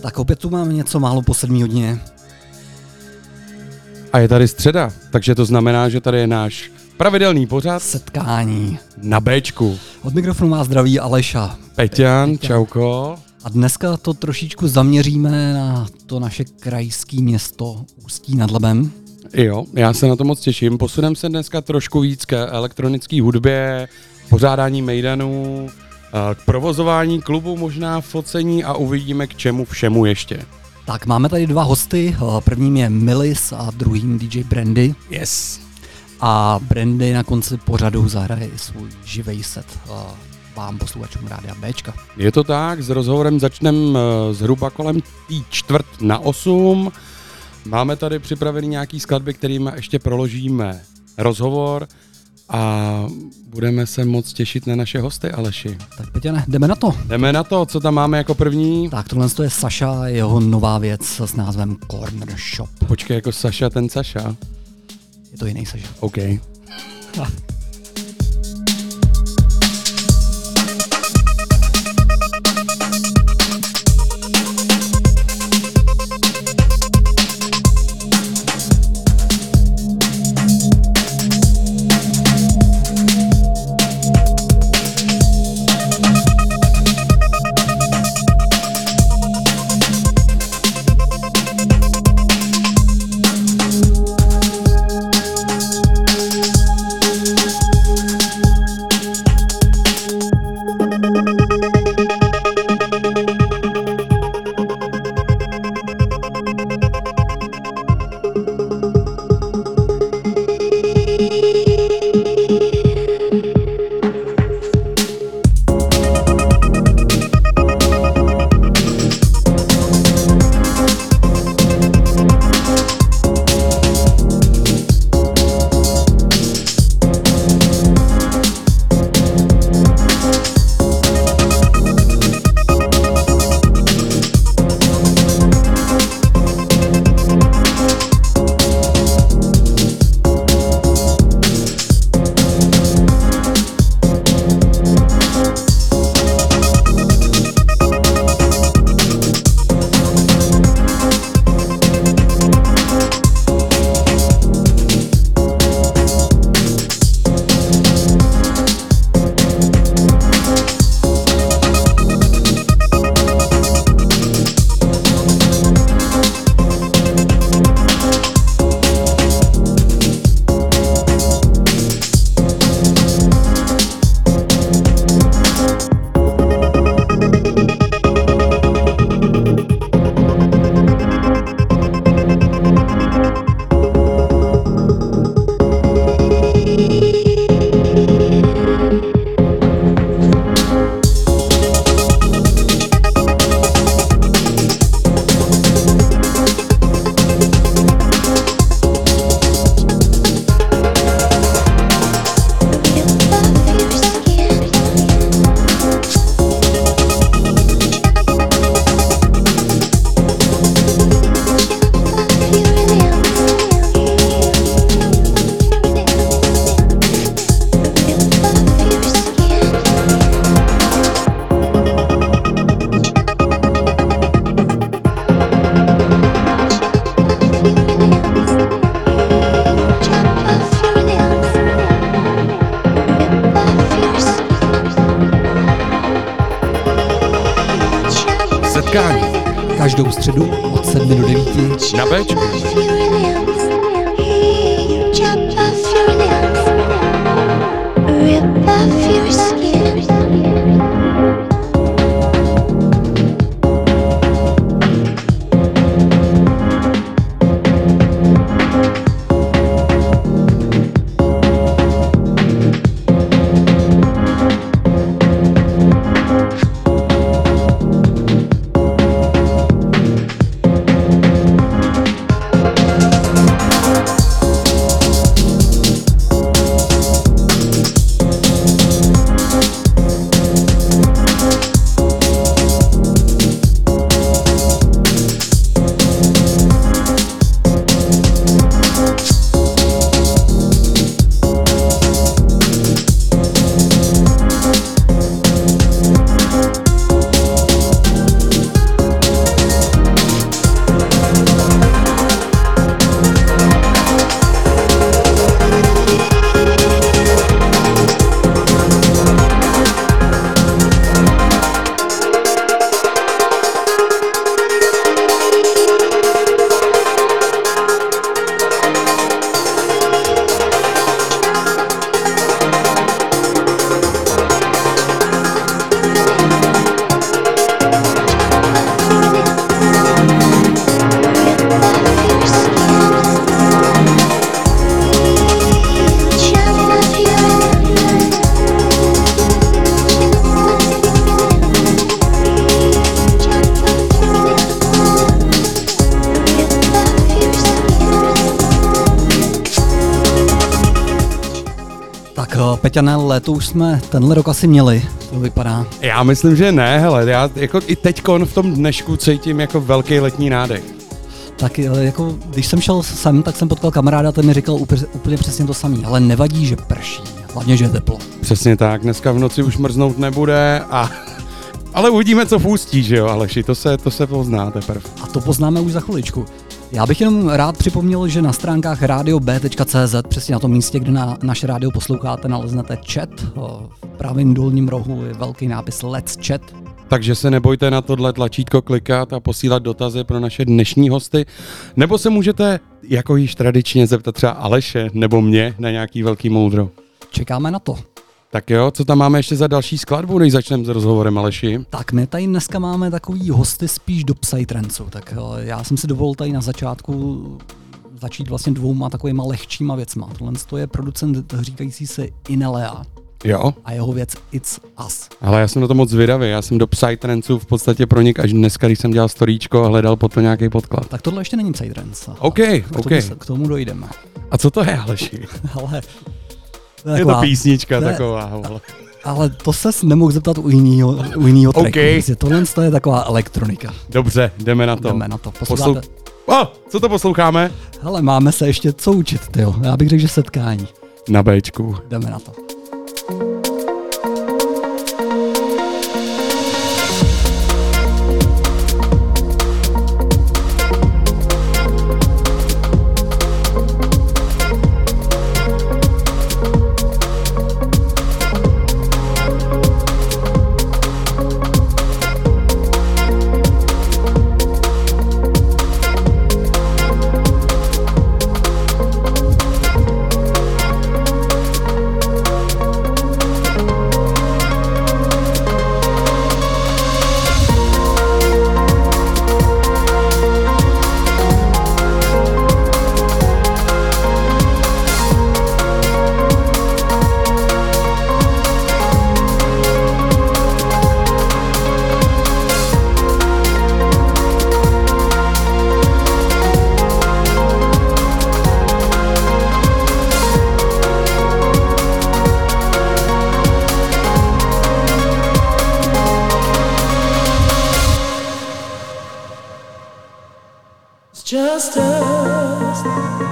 Tak opět tu máme něco málo po 7 hodině. A je tady středa, takže to znamená, že tady je náš pravidelný pořad Setkání na Bčku. Od mikrofonu má zdraví Aleša. Peťan, čauko. A dneska to trošičku zaměříme na to naše krajské město Ústí nad Labem. Jo, já se na to moc těším. Posuneme se dneska trošku víc k elektronické hudbě, pořádání mejdanů, k provozování klubu, možná focení a uvidíme k čemu všemu ještě. Tak máme tady dva hosty, prvním je Milis a druhým DJ Brandy. Yes. A Brandy na konci pořadu zahraje svůj živej set vám posluchačům Rádia Bčka. Je to tak, s rozhovorem začneme zhruba kolem 7:45. Máme tady připravený nějaký skladby, kterým ještě proložíme rozhovor a budeme se moc těšit na naše hosty, Aleši. Tak Peťane, jdeme na to. Jdeme na to, co tam máme jako první. Tak tohle je Saša, jeho nová věc s názvem Corner Shop. Počkej, jako Saša, ten Saša. Je to jiný Saša. OK. Každou středu od 7 do 9 na Bčku. Peťané, léto už jsme tenhle rok asi měli, to vypadá. Já myslím, že ne, hele, já jako i teďkon v tom dnešku cítím jako velký letní nádech. Tak jako, když jsem šel sem, tak jsem potkal kamaráda, ten mi říkal úplně přesně to samý, ale nevadí, že prší, hlavně, že je teplo. Přesně tak, dneska v noci už mrznout nebude ale uvidíme, co v Ústí, že jo, Aleši, to se pozná teprve. A to poznáme už za chviličku. Já bych jenom rád připomněl, že na stránkách radiob.cz, přesně na tom místě, kde na naše rádio posloucháte, naleznete chat. V pravém dolním rohu je velký nápis Let's Chat. Takže se nebojte na tohle tlačítko klikat a posílat dotazy pro naše dnešní hosty, nebo se můžete, jako již tradičně, zeptat třeba Aleše nebo mě na nějaký velký moudro. Čekáme na to. Tak jo, co tam máme ještě za další skladbu, než začneme s rozhovorem, Aleši? Tak my tady dneska máme takový hosty spíš do psytrancu, tak já jsem si dovolil tady na začátku začít vlastně 2 takovýma lehčíma věcma. Tohle je producent říkající se Inelea. Jo. A jeho věc It's Us. Ale já jsem na to moc zvědavý, já jsem do psytrancu v podstatě pronik až dneska, když jsem dělal storíčko a hledal po to nějaký podklad. Tak tohle ještě není psytrance. OK. K tomu dojdeme. A co to je, Aleši? Ale je to písnička taková. Ale to ses nemohl zeptat u jinýho tracku. Okay. Tohle je taková elektronika. Dobře, jdeme na to. Co to posloucháme? Hele, máme se ještě co učit, tyjo. Já bych řekl, že setkání. Na Bčku. Jdeme na to. Just us.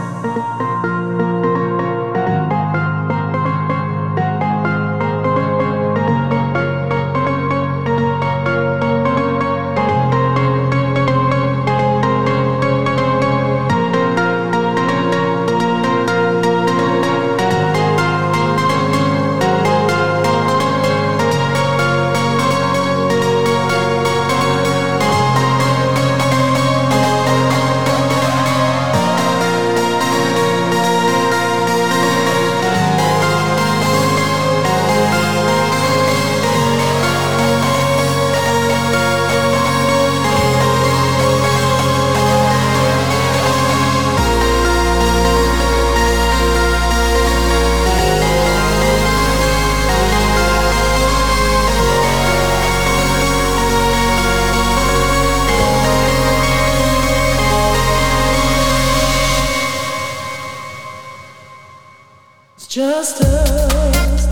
Just us.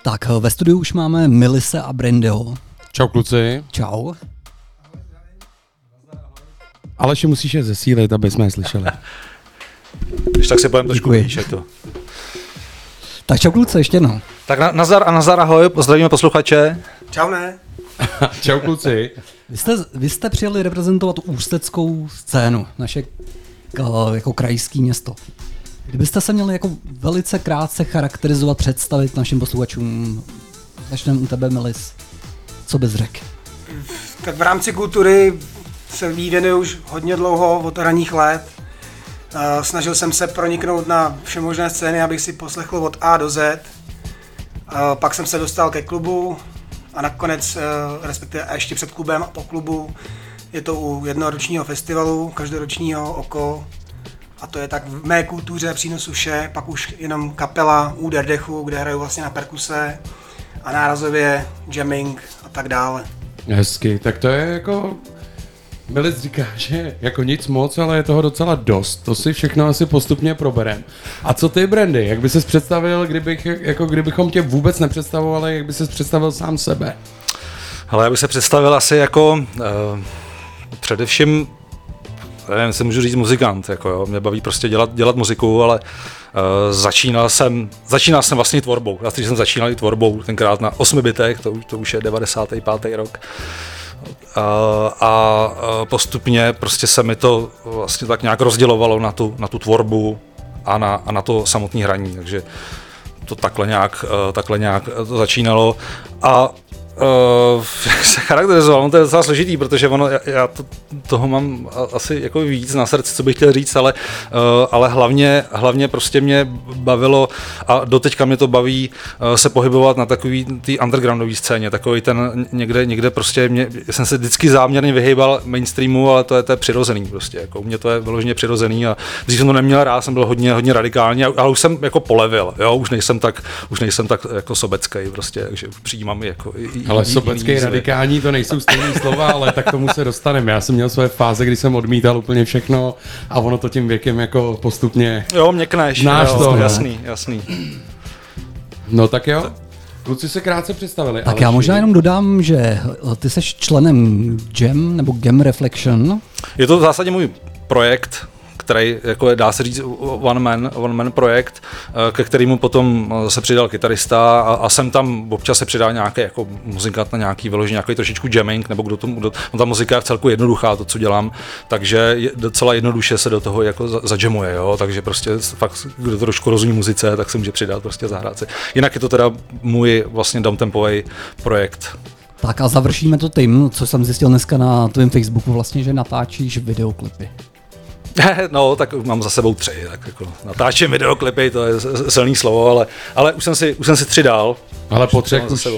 Tak, ve studiu už máme Milise a Brandyho. Čau kluci. Čau. Aleši, musíš je zesílit, aby jsme je slyšeli. Když tak si budeme trošku výš, to. Tak čau kluci, ještě jednou. Tak Nazar, ahoj, pozdravíme posluchače. Čau, ne? Čau kluci. Vy jste přijeli reprezentovat ústeckou scénu, naše jako krajské město. Kdybyste se měli jako velice krátce charakterizovat, představit našim posluchačům, začneme u tebe, Milis, co bys řekl? Tak v rámci kultury se věnuju už hodně dlouho, od raných let. Snažil jsem se proniknout na všemožné scény, abych si poslechl od A do Z. Pak jsem se dostal ke klubu a nakonec, respektive ještě před klubem a po klubu, je to u jednoročního festivalu, každoročního Oko. A to je tak v mé kultuře přínosu vše, pak už jenom kapela u Derdechu, kde hraju vlastně na perkuse a nárazově jamming a tak dále. Hezky, tak to je jako... Milis říká, že jako nic moc, ale je toho docela dost. To si všechno asi postupně proberem. A co ty, Brandy? Jak by ses představil, kdybychom tě vůbec nepředstavovali, jak by ses představil sám sebe? Hele, já bych se představil asi jako především, nevím, se můžu říct muzikant, jako jo. Mě baví prostě dělat muziku, ale začínal jsem vlastně tvorbou. Já jsem začínal i tvorbou, tenkrát na 8 bitech, to už je 95. rok. A postupně prostě se mi to vlastně tak nějak rozdělovalo na tu tvorbu a na to samotné hraní, takže to takhle nějak to začínalo. A jak se charakterizoval, to je docela složitý, protože já toho mám asi jako víc na srdci, co bych chtěl říct, ale hlavně prostě mě bavilo a doteďka mě to baví se pohybovat na takový ty undergroundové scéně, takový ten někde prostě jsem se vždycky záměrně vyhýbal mainstreamu, ale to je přirozený prostě, jako u mě to je vyloženě přirozený a když jsem to neměl rád, jsem byl hodně radikální, ale už jsem jako polevil, jo, už nejsem tak jako sobecký prostě, takže přijímám jako ale sobecký radikální to nejsou stejný slova, ale tak tomu se dostaneme. Já jsem měl své fáze, kdy jsem odmítal úplně všechno a ono to tím věkem jako postupně... Jo, měkneš. Znáš to, jasný. No tak jo, kluci se krátce představili. Tak já možná jenom dodám, že ty seš členem Jam nebo Gem Reflection. Je to v zásadě můj projekt, který jako dá se říct one man projekt, ke kterému potom se přidal kytarista a jsem tam občas se přidal nějaký jako muzikant na nějaký vyložený nějaký trošičku jamming, nebo ta muzika je v celku jednoduchá, to, co dělám, takže docela jednoduše se do toho jako zadžemuje, jo, takže prostě fakt, kdo trošku rozumí muzice, tak se může přidat prostě zahrát si. Jinak je to teda můj vlastně downtempový projekt. Tak a završíme to tím, co jsem zjistil dneska na tvém Facebooku vlastně, že natáčíš videoklipy. No, tak mám za sebou 3, tak jako natáčím videoklipy, to je silný slovo, ale už jsem si 3 dal. Ale po 3 už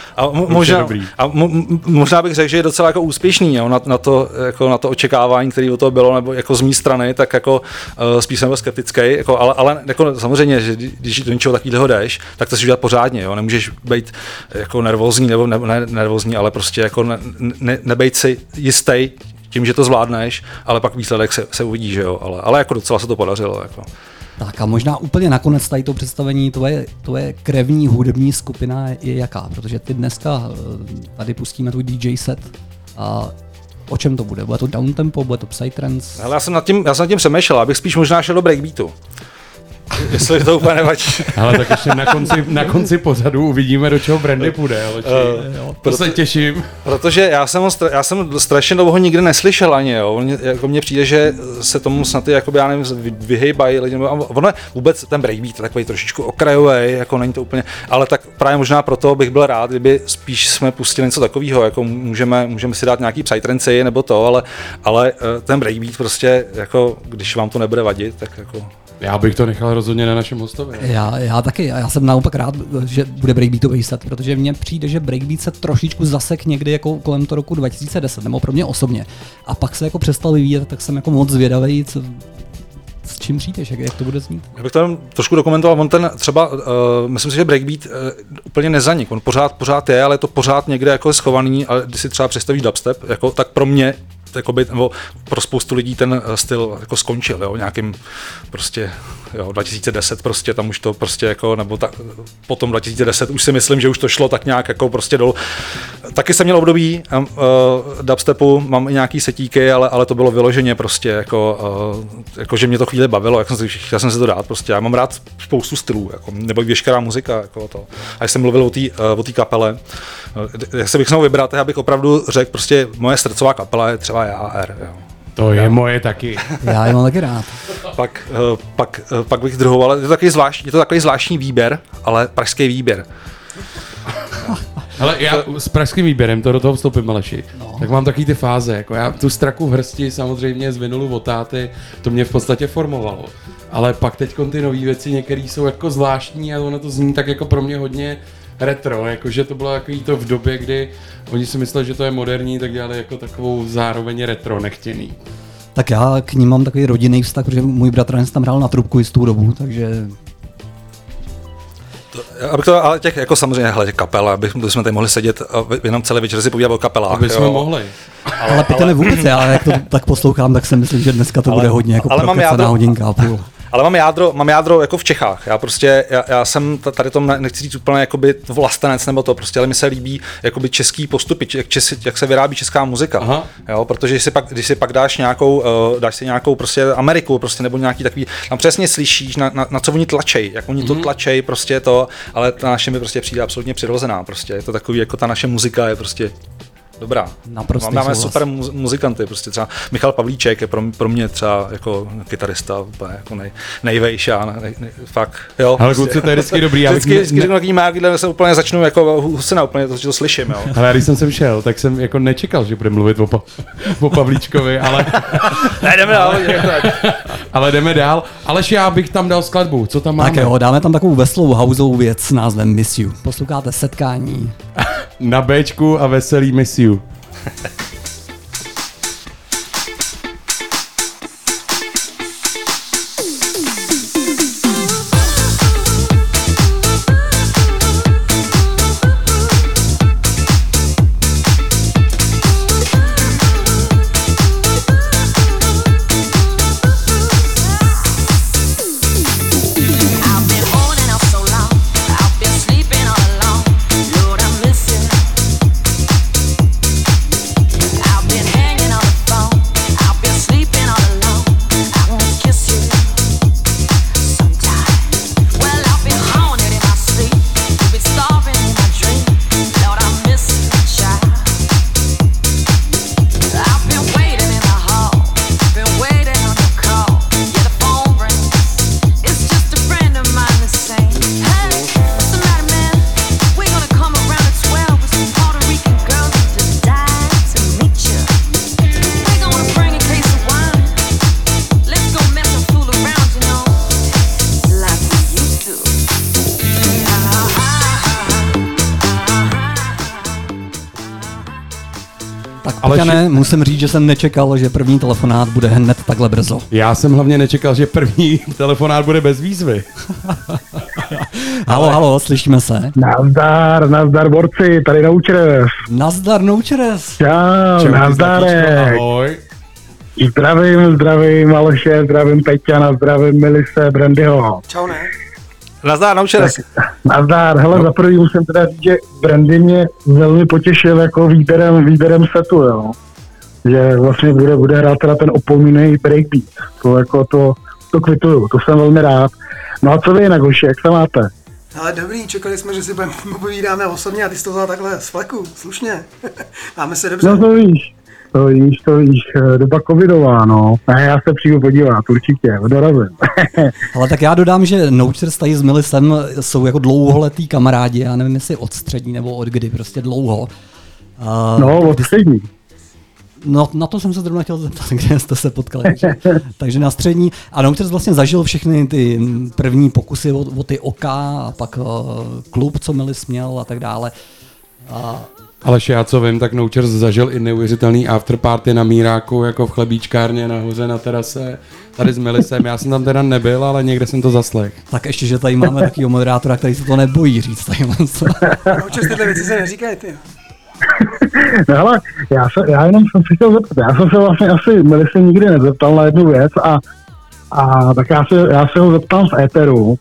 možná bych řekl, že je docela jako úspěšný, jo, na to očekávání, které o toho bylo, nebo jako z mé strany, tak jako spíš jsem byl skeptický, jako, ale jako samozřejmě, že když do něčeho takového jdeš, tak to si udělat pořádně, jo, nemůžeš být jako nervózní, nebo ne nervózní, ale prostě jako nebejt si jistý tím, že to zvládneš, ale pak výsledek se uvidí, že jo, ale jako docela se to podařilo. Jako. Tak a možná úplně nakonec tady to představení, tvoje krevní hudební skupina je jaká? Protože ty dneska tady pustíme tvůj DJ set a o čem to bude? Bude to downtempo, bude to psytrance? Já jsem nad tím přemýšlel, abych spíš možná šel do breakbeatu. Jestli to úplně nevadí. Ale tak ještě na konci pořadu uvidíme, do čeho Brandy půjde. To se těším. Protože já jsem strašně dlouho nikdy neslyšel ani, jo. Jako mně přijde, že se tomu snad jakoby, já nevím, vyhejbají lidi. Ono je vůbec ten breakbeat takový trošičku okrajový, jako není to úplně, ale tak právě možná proto bych byl rád, kdyby spíš jsme pustili něco takového, jako můžeme si dát nějaký psytrance nebo to, ale ten breakbeat prostě, jako když vám to nebude vadit, tak jako... Já bych to nechal rozhodně na našem hostovi. Já taky, já jsem naopak rád, že bude breakbeatový set, protože mně přijde, že breakbeat se trošičku zasek někdy jako kolem toho roku 2010, nebo pro mě osobně. A pak se jako přestal vyvíjet, tak jsem jako moc zvědavý, s čím přijdeš, jak to bude znít? Já bych to trošku dokumentoval, on ten třeba, myslím si, že breakbeat úplně nezanik, on pořád je, ale je to pořád někde jako schovaný, ale když si třeba představíš dubstep, jako, tak pro mě jakoby, nebo pro spoustu lidí ten styl jako skončil, jo, nějakým prostě, jo, 2010 prostě, tam už to prostě jako, nebo potom 2010 už si myslím, že už to šlo tak nějak jako prostě dolů. Taky jsem měl období dubstepu, mám i nějaký setíky, ale to bylo vyloženě prostě jako že mě to chvíli bavilo, chtěl jsem si to dát prostě, já mám rád spoustu stylů, jako, nebo veškerá muzika, jako to. A když jsem mluvil o té kapele, jak se bych se mohl vybrat, já bych opravdu řekl, prostě moje srdcová kapela je třeba JAR, jo. To je moje taky. Já je mám taky rád. Pak bych druhoval, je to takový zvláštní výběr, ale pražský výběr. Hele, já s pražským výběrem, to do toho vstoupím, Aleši, tak mám takový ty fáze, jako já tu straku v hrsti samozřejmě z vinulu od táty, to mě v podstatě formovalo. Ale pak teďkon ty nový věci některé jsou jako zvláštní a ono to zní tak jako pro mě hodně retro, jakože to bylo takový to v době, kdy oni si mysleli, že to je moderní, tak dělali jako takovou zároveň retro nechtěný. Tak já k ním mám takový rodinný vztah, protože můj bratranec tam hrál na trubku i z tu dobu, takže... Ale těch, jako samozřejmě, hele, těch kapel, bychom tady mohli sedět a jenom celý večer si povídat o kapelách. Abychom mohli. Ale Pitene vůbec, já jak to tak poslouchám, tak si myslím, že dneska to bude hodně jako prokecaná hodinka a půl. Ale mám jádro jako v Čechách. Já jsem tady tom nechci říct úplně jakoby vlastenec nebo to prostě, ale mi se líbí jakoby český postupy, jak se vyrábí česká muzika. Jo, protože když si pak dáš si nějakou prostě Ameriku prostě nebo nějaký takový, tam přesně slyšíš na co oni tlačej, jak oni to tlačej prostě to, ale ta naše mi prostě přijde absolutně přirozená prostě. Je to takový jako ta naše muzika je prostě dobrá. Máme super muzikanty, prostě třeba Michal Pavlíček je pro mě třeba jako kytarista úplně jako nejvejší, fakt, jo. Ale kluci, to je vždycky dobrý. Vždycky řeknu takový má, kde se úplně začnu jako husina, úplně to slyším, jo. Ale když jsem sem šel, tak jsem jako nečekal, že bude mluvit o Pavlíčkovi, ale... Ne, jdeme dál. Ale jdeme dál. Aleš, já bych tam dal skladbu, co tam máme? Tak jo, dáme tam takovou veselou houseovou věc s názvem Miss You. Posloucháte Setkání. Na Bčku a veselý Miss You. Peťane, musím říct, že jsem nečekal, že první telefonát bude hned takhle brzo. Já jsem hlavně nečekal, že první telefonát bude bez výzvy. Halo, slyšíme se? Nazdar borci, tady Noučeres. Nazdar Noučeres. Čau, nazdárek. Ahoj. Zdravím Aleše, zdravím Peťana, zdravím Melise, Brandyho. Čau, ne? Nazdár, Noučeres. Nazdár, hele, za prvý musím teda říct, že Brandy mě velmi potěšil jako výběrem setu, jo. Že vlastně bude hrát teda ten opomínej breakbeat. To jako to kvituju, to jsem velmi rád. No a co vy jinak, hoši, jak se máte? Ale dobrý, čekali jsme, že si povídáme osobně a ty jsi to vzal takhle z fleku, slušně. Máme se dobře. No to víš, doba covidová, no. A já se přijdu podívat, určitě, dorazím. Ale tak já dodám, že Noučers tady s Milisem jsou jako dlouholetý kamarádi, já nevím, jestli od střední nebo od kdy, prostě dlouho. Od střední. No, na to jsem se zrovna chtěl zeptat, kde jste se potkali. Takže na střední. A Noučers vlastně zažil všechny ty první pokusy o ty oka a pak klub, co Milis měl a tak dále. Ale já co vím, tak Noučers zažil i neuvěřitelný afterparty na Míráku, jako v chlebíčkárně nahoře na terase, tady s Milisem. Já jsem tam teda nebyl, ale někde jsem to zaslech. Tak ještě, že tady máme takovýho moderátora, který se to nebojí říct tady. Noučers, tyhle věci se neříkají, ty. No ale já jenom jsem si chtěl zeptat, já jsem se vlastně asi Melisy nikdy nezeptal na jednu věc a tak já se ho zeptám v éteru.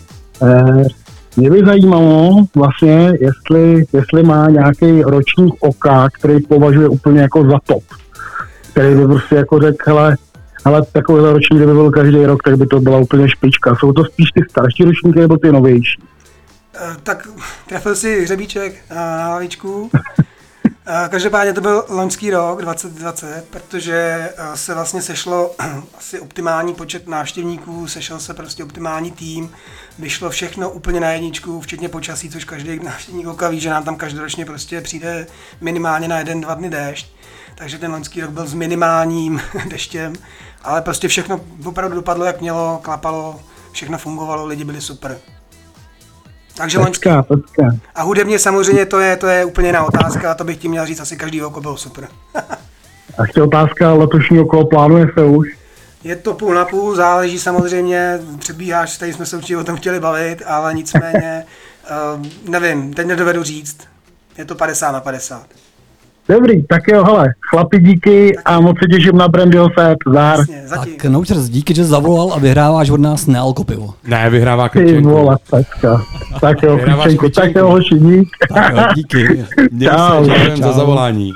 Mě by zajímalo vlastně, jestli má nějaký ročník oka, který považuje úplně jako za top. Který by prostě jako řekl, ale takovýhle ročník, kdyby byl každý rok, tak by to byla úplně špička. Jsou to spíš ty starší ročníky nebo ty novější? Tak trefil si hřebíček na hlavičku. Každopádně to byl loňský rok 2020, protože se vlastně sešlo asi optimální počet návštěvníků, sešel se prostě optimální tým, vyšlo všechno úplně na jedničku, včetně počasí, což každý návštěvník oka ví, že nám tam každoročně prostě přijde minimálně na 1-2 dny déšť. Takže ten loňský rok byl s minimálním deštěm, ale prostě všechno opravdu dopadlo jak mělo, klapalo, všechno fungovalo, lidi byli super. Takže loňský. A hudebně samozřejmě to je úplně jiná otázka, to bych ti měl říct, asi každý oko bylo super. A ještě otázka letošního kolo, plánuje se už? Je to půl na půl, záleží samozřejmě, předbíháš, tady jsme se určitě o tom chtěli bavit, ale nicméně, nevím, teď nedovedu říct, je to 50/50. Dobrý, tak jo, hele, chlapi díky a moc se těším na Brandyho set, zdar. Jasně, Tak Noučers, díky, že zavolal a vyhráváš od nás nealko pivo. Ne, vyhrává Ty Krčenku. vole, pecka. Tak jo, Vyhráváš Krčenku, tak Krčenku. jo, hoši, dík. Tak jo, díky. Čau. Děkujem za zavolání.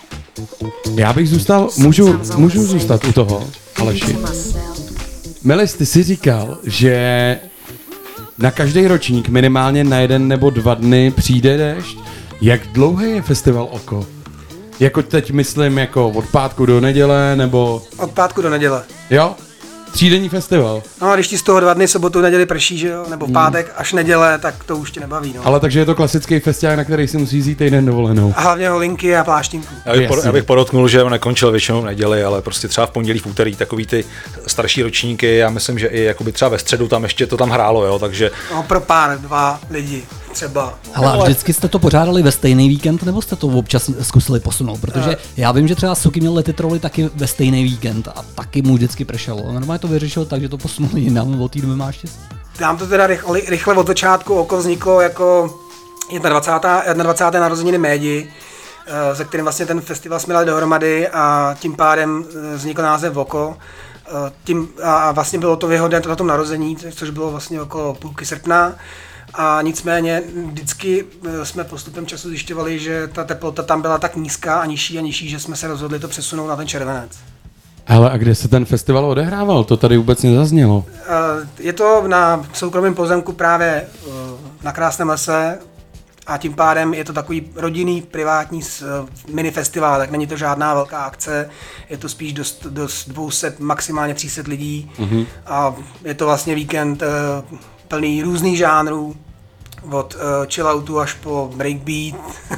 Já bych zůstal, můžu zůstat u toho, Aleši. Melis, ty jsi říkal, že na každý ročník minimálně na 1 nebo 2 dny přijde déšť. Jak dlouhý je festival Oko? Jako teď myslím jako od pátku do neděle, nebo... Od pátku do neděle. Jo? 3denní festival. No a když ti z toho 2 dny, sobotu, neděli prší, že jo, nebo v pátek až neděle, tak to už tě nebaví, no. Ale takže je to klasický festival, na který si musí vzít týden dovolenou. A hlavně holinky a pláštinku. Já bych podotknul, že nekončil většinou v neděli, ale prostě třeba v pondělí, v úterý, takový ty starší ročníky, já myslím, že i jakoby třeba ve středu tam ještě to tam hrálo, jo, takže... No pro pár, 2 lidi třeba. Ale a vždycky jste to pořádali ve stejný víkend, nebo jste to občas zkusili posunout? Protože já vím, že třeba Suky měl Let It Rolly taky ve stejný víkend a taky mu vždycky pršelo. Normálně to vyřešil tak, že to posunuli jinam, od té doby máš štěstí. Dám to teda rychle od začátku, Oko vzniklo jako 21. narozeniny Médi, se kterým vlastně ten festival jsme dali dohromady a tím pádem vznikl název Oko. A vlastně bylo to v jeho den na tom narození, což bylo vlastně okolo půlky srpna. A nicméně vždycky jsme postupem času zjišťovali, že ta teplota tam byla tak nízká a nižší, že jsme se rozhodli to přesunout na ten červenec. Hele, a kde se ten festival odehrával? To tady vůbec nezaznělo. Je to na soukromém pozemku právě na Krásném lese a tím pádem je to takový rodinný, privátní mini festival, tak není to žádná velká akce, je to spíš dost 200, maximálně 300 lidí a je to vlastně víkend plný různých žánrů, od chilloutu až po breakbeat,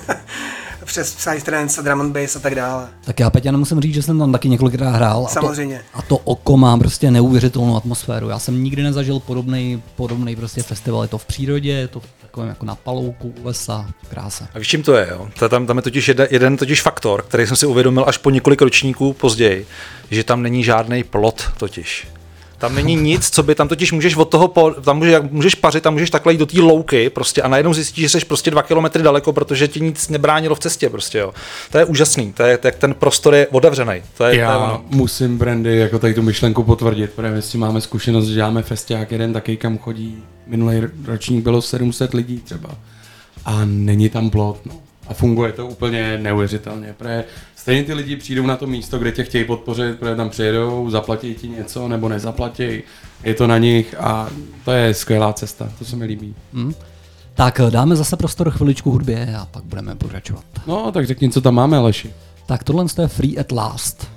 přes psytrance a drum and bass a tak dále. Tak já, Peťa, nemusím říct, že jsem tam taky několikrát hrál. Samozřejmě. A to Oko má prostě neuvěřitelnou atmosféru. Já jsem nikdy nezažil podobný prostě festival. Je to v přírodě, je to takovém jako na palouku, lesa, krása. A víš, čím to je, jo? Tam je totiž jeden faktor, který jsem si uvědomil až po několik ročníků později, že tam není žádný plot totiž. Tam není nic, co by tam totiž můžeš od toho, tam můžeš pařit, tam můžeš takhle jít do té louky prostě a najednou zjistíš, že jsi prostě 2 kilometry daleko, protože ti nic nebránilo v cestě prostě, jo. To je úžasný, to je, jak ten prostor je otevřený. Já musím, Brandy, jako tady tu myšlenku potvrdit, protože my s tím máme zkušenost, že děláme festiák jeden taky, kam chodí, minulý ročník bylo 700 lidí třeba a není tam plot, no. A funguje to úplně neuvěřitelně, protože stejně ty lidi přijdou na to místo, kde tě chtějí podpořit, protože tam přijedou, zaplatí ti něco nebo nezaplatí, je to na nich a to je skvělá cesta, to se mi líbí. Tak dáme zase prostor chviličku hudbě a pak budeme pokračovat. No, tak řekni, co tam máme, Aleši. Tak tohle je Free at Last.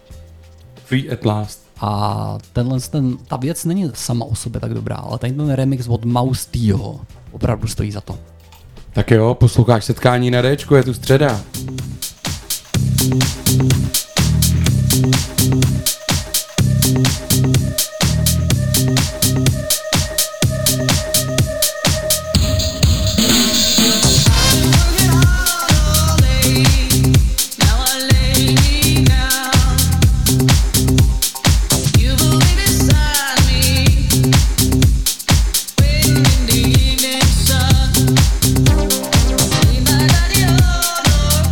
Free at Last. A ta věc není sama o sobě tak dobrá, ale tady ten remix od Mouse Tho opravdu stojí za to. Tak jo, posloucháš Setkání na Dčku, je tu středa. Leave my daddy alone.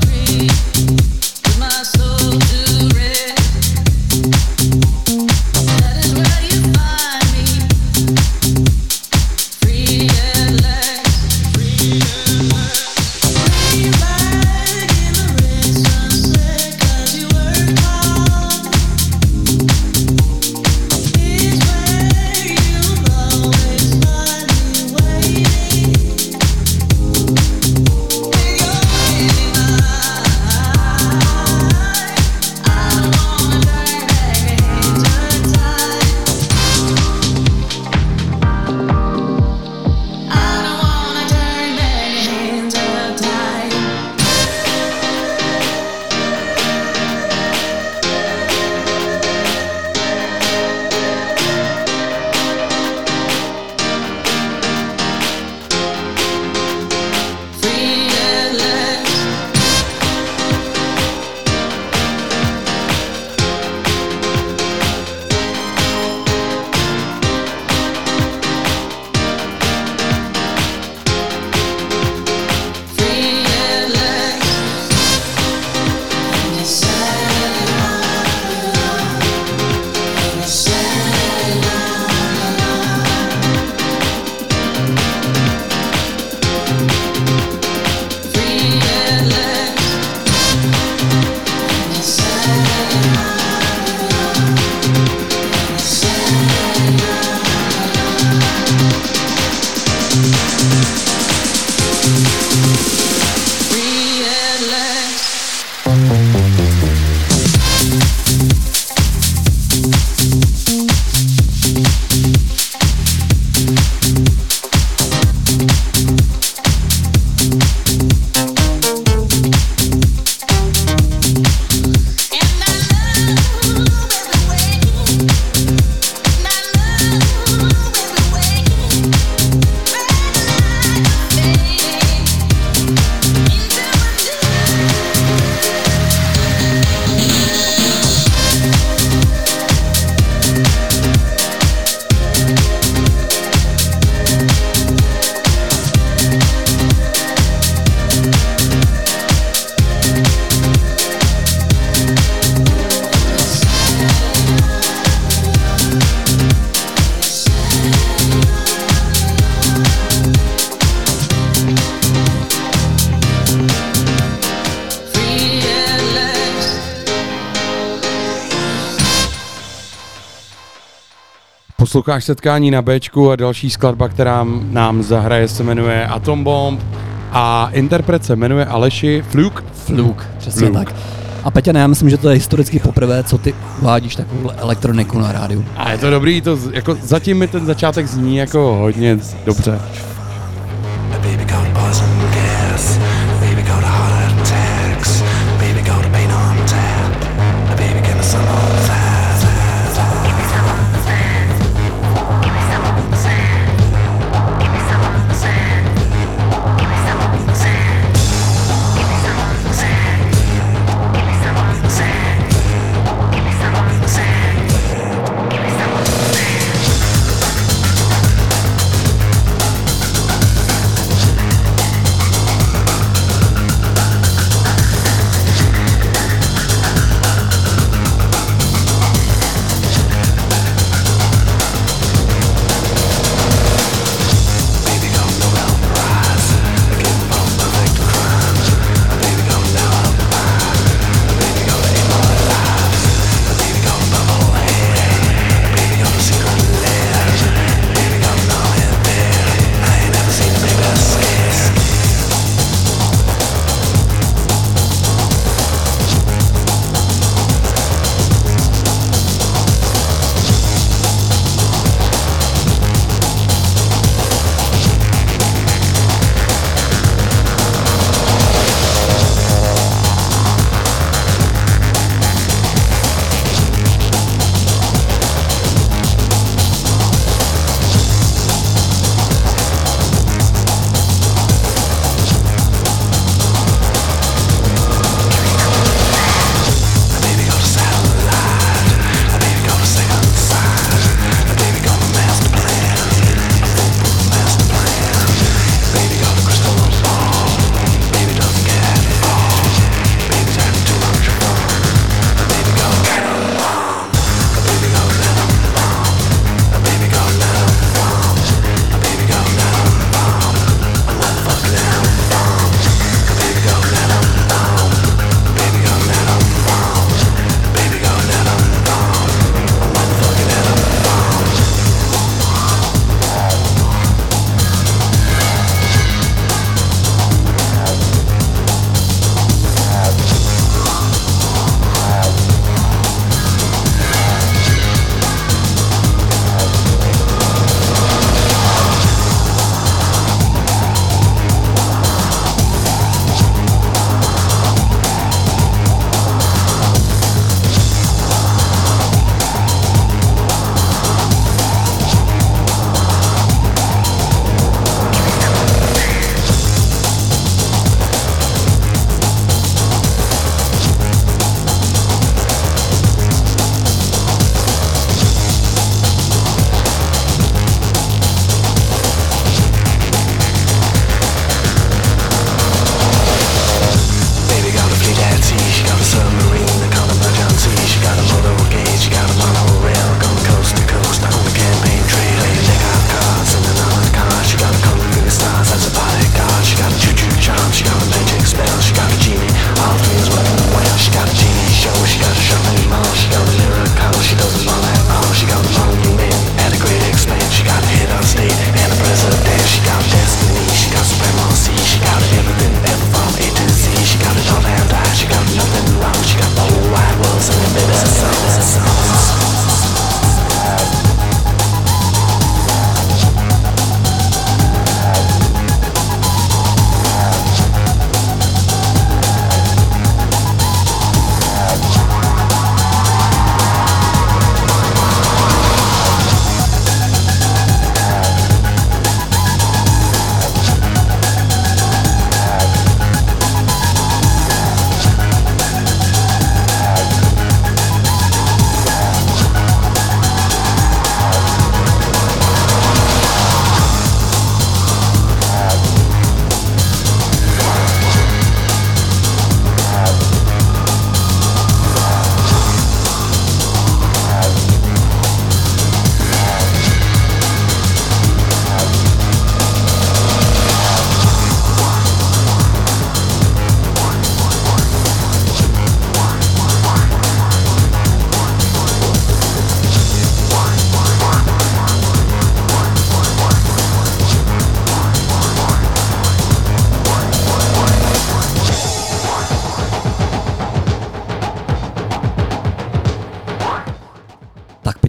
Posloucháš Setkání na Bčku a další skladba, která nám zahraje, se jmenuje Atom Bomb a interpret se jmenuje Aleši Fluke. Fluke, přesně tak. A Peťa, já myslím, že to je historicky poprvé, co ty uvádíš takovou elektroniku na rádiu. A je to dobrý, to jako zatím mi ten začátek zní jako hodně dobře.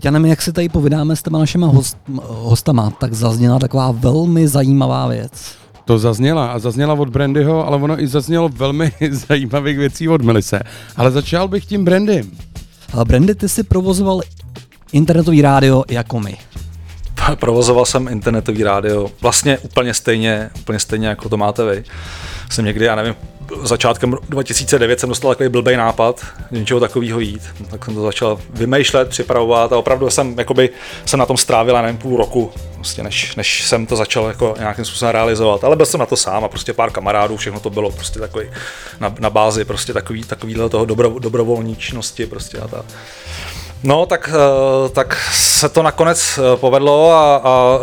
Peťanem, jak si tady povídáme s těma našima hostama, tak zazněla taková velmi zajímavá věc. To zazněla a zazněla od Brandyho, ale ono i zaznělo velmi zajímavých věcí od Melise. Ale začal bych tím Brandym. Brandy, ty jsi provozoval internetový rádio jako my. Provozoval jsem internetový rádio vlastně úplně stejně jako to máte vy. Jsem někdy, já nevím, začátkem 2009 jsem dostal takový blbej nápad, něčeho takového jít. Tak jsem to začal vymýšlet, připravovat a opravdu jsem na tom strávil, já nevím, půl roku, prostě než jsem to začal jako nějakým způsobem realizovat. Ale byl jsem na to sám a prostě pár kamarádů, všechno to bylo prostě takový na bázi prostě takovýhle toho dobrovolničnosti prostě a tak. No, tak se to nakonec povedlo a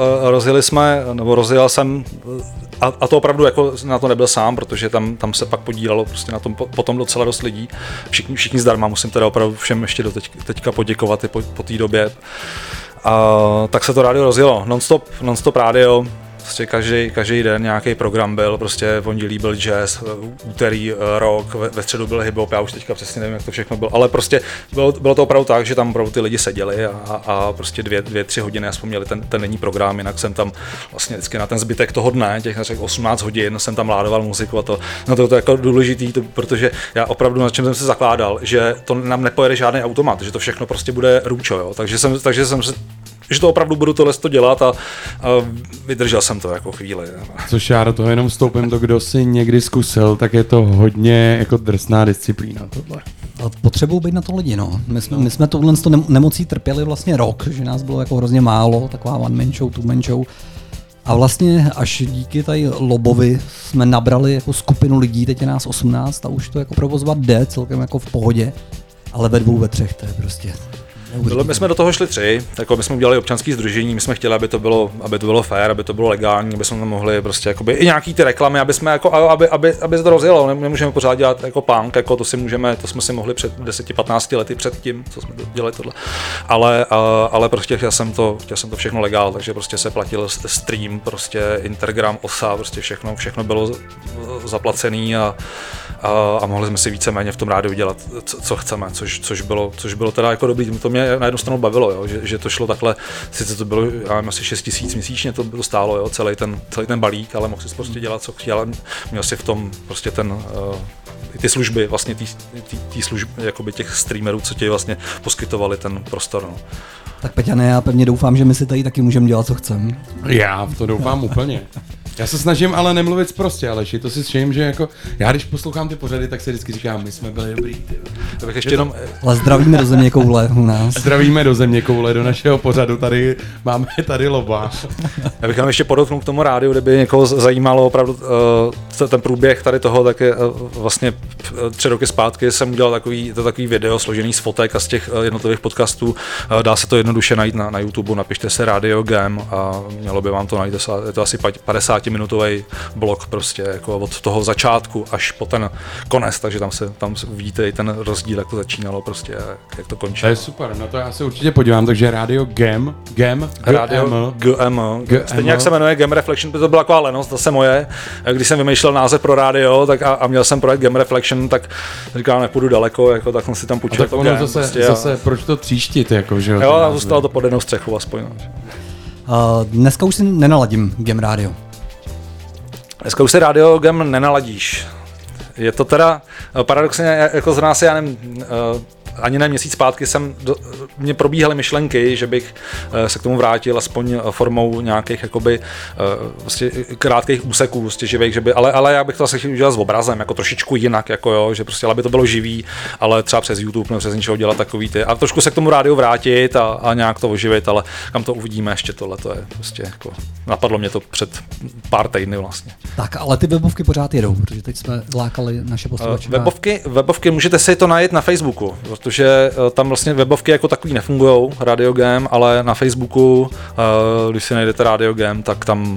rozjel jsem a to opravdu jako na to nebyl sám, protože tam se pak podílelo prostě na tom potom docela dost lidí. Všichni zdarma, musím teda opravdu všem ještě teďka poděkovat i po té době. Tak se to rádio rozjelo, non-stop rádio. Prostě každý den nějaký program byl, prostě v pondělí byl jazz, úterý rock, ve středu byl hip-hop, já už teďka přesně nevím, jak to všechno bylo, ale prostě bylo to opravdu tak, že tam opravdu ty lidi seděli a prostě 2-3 hodiny aspoň měli ten denní program, jinak jsem tam vlastně vždycky na ten zbytek toho dne, těch 18 hodin jsem tam ládoval muziku a to je jako důležitý, protože já opravdu na čem jsem se zakládal, že to nám nepojede žádný automat, že to všechno prostě bude růčo, jo, takže jsem že to opravdu budu tohle dělat a vydržel jsem to jako chvíli. Což já do toho jenom vstoupím, to kdo si někdy zkusil, tak je to hodně jako drsná disciplína tohle. Potřebují být na to lidi, no. My jsme tohle nemocí trpěli vlastně rok, že nás bylo jako hrozně málo, taková one man show, two man show. A vlastně až díky tady Lobovi jsme nabrali jako skupinu lidí, teď je nás 18 a už to jako provozovat jde celkem jako v pohodě, ale ve 2, ve 3 to je prostě... My jsme do toho šli 3, jako my jsme udělali občanské sdružení, my jsme chtěli, aby to bylo fair, aby to bylo legální, aby jsme tam mohli prostě jakoby i nějaký ty reklamy, aby jsme jako aby se to rozjelo, nemůžeme pořád dělat jako punk, jako to jsme si mohli před 10-15 lety před tím, co jsme dělali tohle. Ale prostě chtěl jsem to všechno legál, takže prostě se platil stream, prostě Intergram, OSA, prostě všechno bylo zaplacený a mohli jsme si víceméně v tom rádiu dělat, co chceme, což bylo teda jako dobrý. To mě na jednu stranu bavilo, jo, že to šlo takhle, sice to bylo, já nevím, asi 6 000 měsíčně to stálo, jo, celý ten balík, ale mohl si prostě dělat, co chtěl, měl si v tom prostě ty služby, vlastně ty služby, jakoby těch streamerů, co ti vlastně poskytovali ten prostor. No. Tak Peťane, já pevně doufám, že my si tady taky můžeme dělat, co chceme. Já v to doufám úplně. Já se snažím ale nemluvit prostě, Aleši, to si všim, že jako, já když poslouchám ty pořady, tak si vždycky říkám, my jsme byli dobrý, ty. To bych ještě jenom... Ale zdravíme do země koule u nás. Zdravíme do země koule, do našeho pořadu, tady máme tady Loba. Já bych jenom ještě podotknul k tomu rádiu, kdyby někoho zajímalo opravdu ten průběh tady toho, tak je vlastně 3 roky zpátky jsem udělal takový video složený z fotek a z těch jednotlivých podcastů. Dá se to jednoduše najít na YouTube, napište se Radio Game a mělo by vám to najít, je to asi 50-minutový blok prostě jako od toho začátku až po ten konec, takže tam uvidíte i ten rozdíl, jak to začínalo prostě, jak to končilo. To je super, na to já se určitě podívám, takže Radio Game, Radio GM. Stejně jak se jmenuje Game Reflection, to byla taková lenost, zase moje, když jsem vymýšlel název pro rádio, tak a měl jsem projekt Game Reflection, tak říkám, nepůjdu daleko, jako tak jsem si tam půjčil to Game. Zase proč to tříštit, jako, že jo? Jo, zůstalo to pod jednou střechou aspoň. Dneska už si nenaladím Game Radio. Dneska už se Radio Game nenaladíš. Je to teda paradoxně, jako z nás, já nevím, ani ne měsíc zpátky mě probíhaly myšlenky, že bych se k tomu vrátil aspoň formou nějakých jakoby vlastně krátkých úseků vlastně živých, že by, ale já bych to asi chtěl udělat s obrazem, jako trošičku jinak, jako jo, že prostě, aby to bylo živý, ale třeba přes YouTube nebo přes něčeho dělat takový ty a trošku se k tomu rádiu vrátit a nějak to oživit, ale kam to uvidíme ještě tohle, to je prostě jako, napadlo mě to před pár týdny vlastně. Tak, ale ty webovky pořád jedou, protože teď jsme lákali naše posluchače. Webovky můžete si to najít na Facebooku, protože tam vlastně webovky jako takový nefungujou, Radio Game, ale na Facebooku, když si najdete Radio Game, tak tam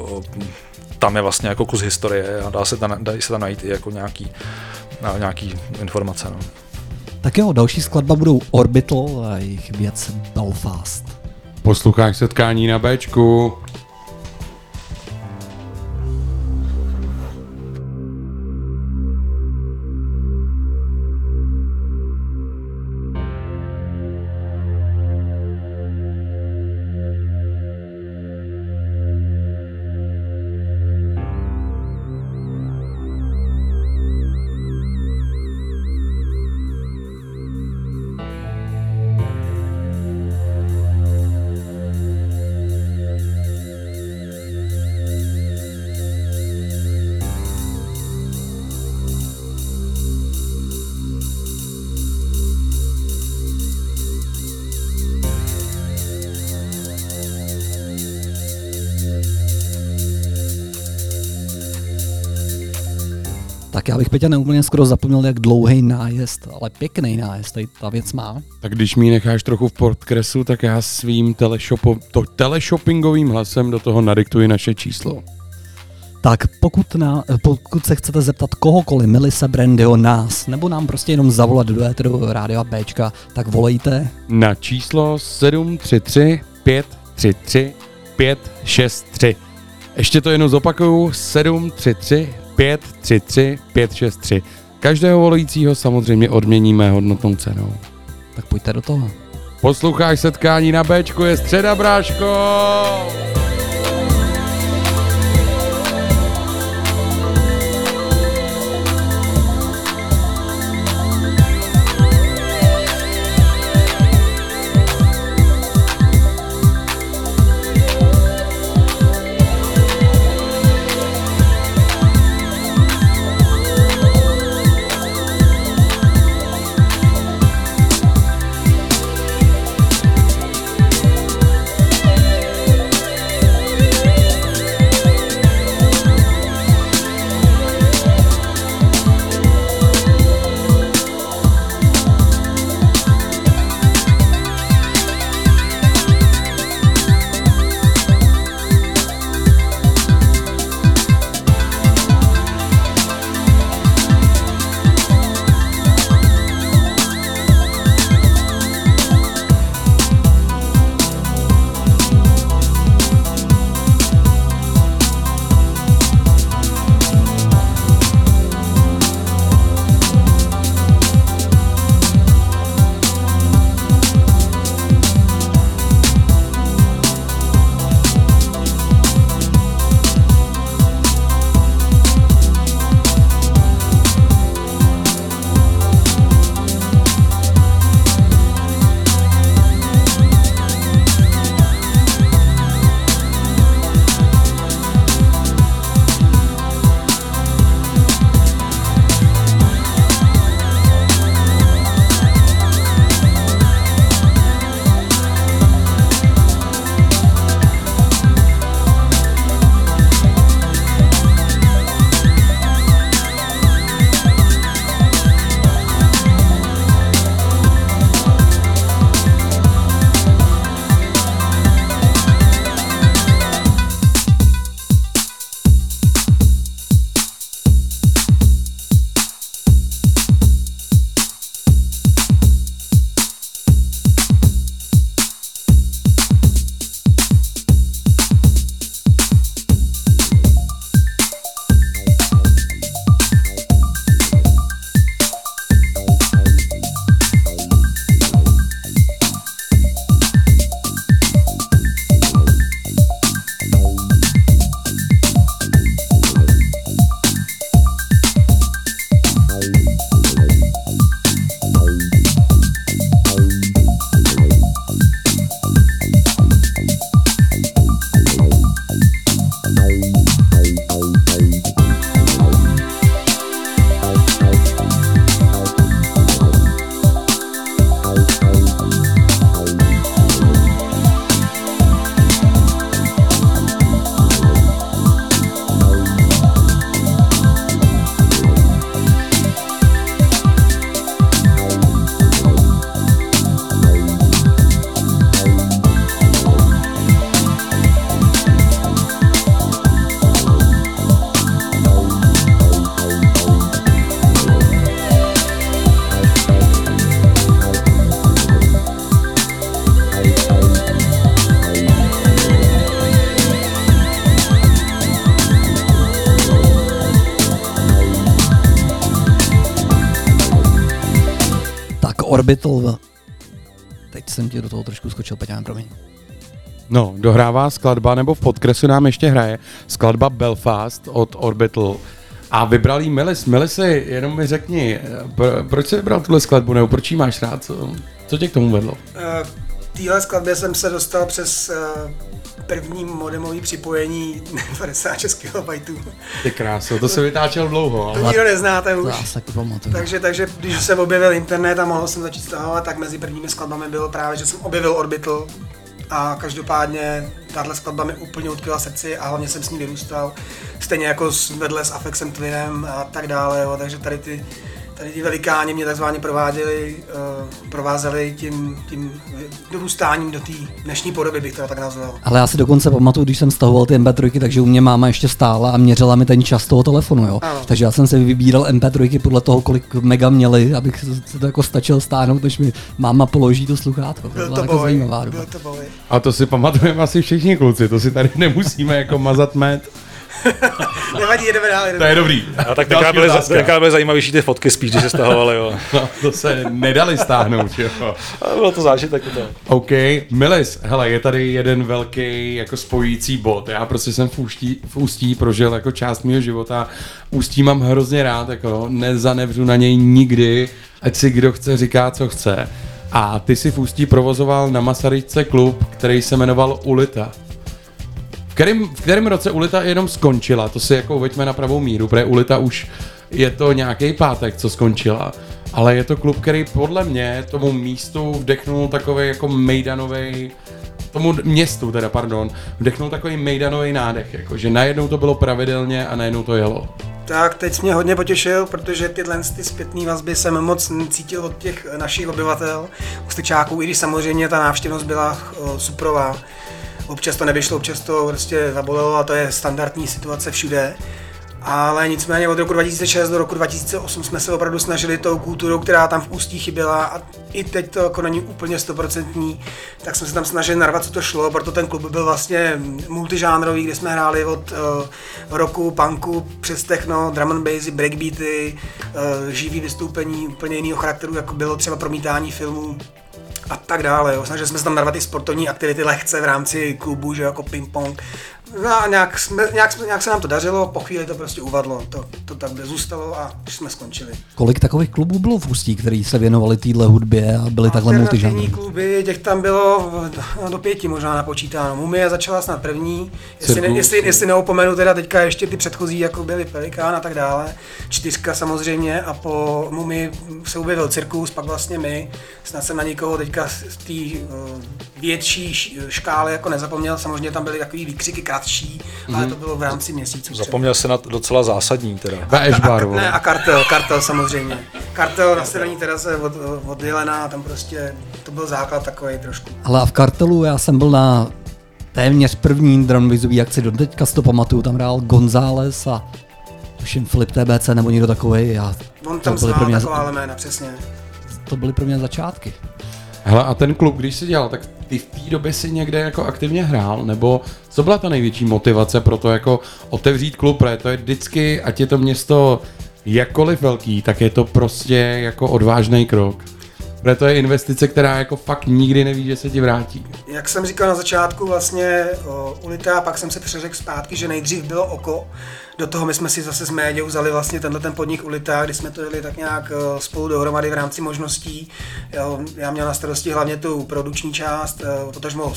je vlastně jako kus historie a dají se tam najít i jako nějaký informace. No. Tak jo, další skladba budou Orbital a jejich věc Belfast. Poslucháš Setkání na Bčku. Tak já bych, Peťa, neúplně skoro zapomněl, jak dlouhý nájezd, ale pěkný nájezd tady ta věc má. Tak když mi necháš trochu v podkresu, tak já svým teleshoppingovým hlasem do toho nadiktuji naše číslo. Tak pokud se chcete zeptat kohokoliv, Melise, Brandyho, nás, nebo nám prostě jenom zavolat do éteru Rádia Bčka, tak volejte Na číslo 733 533 563. Ještě to jenom zopakuju, 733 533 563. Každého volujícího samozřejmě odměníme hodnotnou cenou. Tak pojďte do toho. Posloucháš Setkání na Bčku, je středa, bráško! Orbital. Teď jsem ti do toho trošku skočil, Peťán, promiň. No, dohrává skladba, nebo v podkresu nám ještě hraje skladba Belfast od Orbital. A vybral jí Melisi, jenom mi řekni, proč jsi vybral tuhle skladbu, nebo proč jí máš rád? Co tě k tomu vedlo? Téhle skladbě jsem se dostal přes první modemový připojení 56 KB. Ty kráso, to se vytáčel dlouho. Ale... To nikdo neznáte už. Takže když se objevil internet a mohl jsem začít stahovat, tak mezi prvními skladbami bylo právě, že jsem objevil Orbital. A každopádně tahle skladba mi úplně utkvěla srdci a hlavně jsem s ní vyrůstal. Stejně jako vedle s Afexem Twinem a tak dále, jo, takže tady ty velikáni mě takzvaně provázeli tím dorůstáním do té dnešní podoby, bych to tak nazval. Ale já si dokonce pamatuju, když jsem stahoval ty MP3, takže u mě máma ještě stála a měřila mi ten čas toho telefonu, jo. Ano. Takže já jsem si vybíral MP3 podle toho, kolik mega měli, abych se to jako stačil stáhnout, než mi máma položí to sluchátko. Byl to boj. A to si pamatujeme asi všichni kluci, to si tady nemusíme jako mazat med. Nevadí, jedeme dál. To je dobrý. A tak tenkrát byly zajímavější ty fotky spíš, když se stahovaly, jo. No, to se nedali stáhnout, jo. A bylo to zážitek. OK, Milis, hele, je tady jeden velký jako spojící bod. Já prostě jsem v Ústí prožil jako část mého života. Ústí mám hrozně rád, jako nezanevřu na něj nikdy, ať si kdo chce říká, co chce. A ty si v Ústí provozoval na Masaryčce klub, který se jmenoval Ulita. V kterém roce Ulita jenom skončila, to si jako uveďme na pravou míru, protože Ulita už je to nějaký pátek, co skončila, ale je to klub, který podle mě tomu místu vdechnul takovej jako mejdanovej, tomu městu teda, pardon, vdechnul takový mejdanový nádech, jako, že najednou to bylo pravidelně a najednou to jelo. Tak, teď jsi mě hodně potěšil, protože tyhle zpětné vazby jsem moc cítil od těch našich obyvatel, Ústečáků, i když samozřejmě ta návštěvnost byla suprová. Občas to nevyšlo, občas to prostě zabolelo a to je standardní situace všude. Ale nicméně od roku 2006 do roku 2008 jsme se opravdu snažili tou kulturou, která tam v Ústí chyběla a i teď to jako není úplně 100%, tak jsme se tam snažili narvat, co to šlo, proto ten klub byl vlastně multižánrový, kde jsme hráli od rocku, punku, přes techno, drum and bassy, breakbeaty, živý vystoupení úplně jiného charakteru, jako bylo třeba promítání filmů a tak dále. Jo. Snažili jsme se tam narvat i sportovní aktivity lehce v rámci klubu, že jako ping-pong. No a nějak se nám to dařilo, po chvíli to prostě uvadlo, to tak zůstalo a už jsme skončili. Kolik takových klubů bylo v Ústí, který se věnovali téhle hudbě a byly takhle multižánrové? Alternativní kluby, těch tam bylo do 5 možná napočítáno. Mumie začala snad první, jestli neopomenu teda teďka ještě ty předchozí, jako byly Pelikán a tak dále. 4 samozřejmě a po Mumii se objevil Cirkus, pak vlastně my. Snad jsem na nikoho teďka z té větší škály jako nezapomněl, samozřejmě tam byly takový výkřiky kratší, ale to bylo v rámci měsíců. Zapomněl se na docela zásadní teda. A Kartel samozřejmě. Kartel na straně terase od Jelena, tam prostě to byl základ takovej trošku. Ale a v Kartelu já jsem byl na téměř první drum'n'bassový akci, do teďka si to pamatuju, tam hrál González a tuším Filip TBC nebo někdo takovej. On tam znal taková jména, přesně. To byly pro mě začátky. Hele, a ten klub, když jsi dělal, tak ty v té době si někde jako aktivně hrál, nebo co byla ta největší motivace pro to jako otevřít klub, protože to je vždycky, ať je to město jakkoliv velký, tak je to prostě jako odvážný krok. Protože to je investice, která jako fakt nikdy neví, že se ti vrátí. Jak jsem říkal na začátku, vlastně Ulita, pak jsem se přeřekl zpátky, že nejdřív bylo Oko. Do toho my jsme si zase s médiou vzali vlastně ten podnik Ulita, kdy jsme to jeli tak nějak spolu dohromady v rámci možností. Já měl na starosti hlavně tu produkční část, potažmo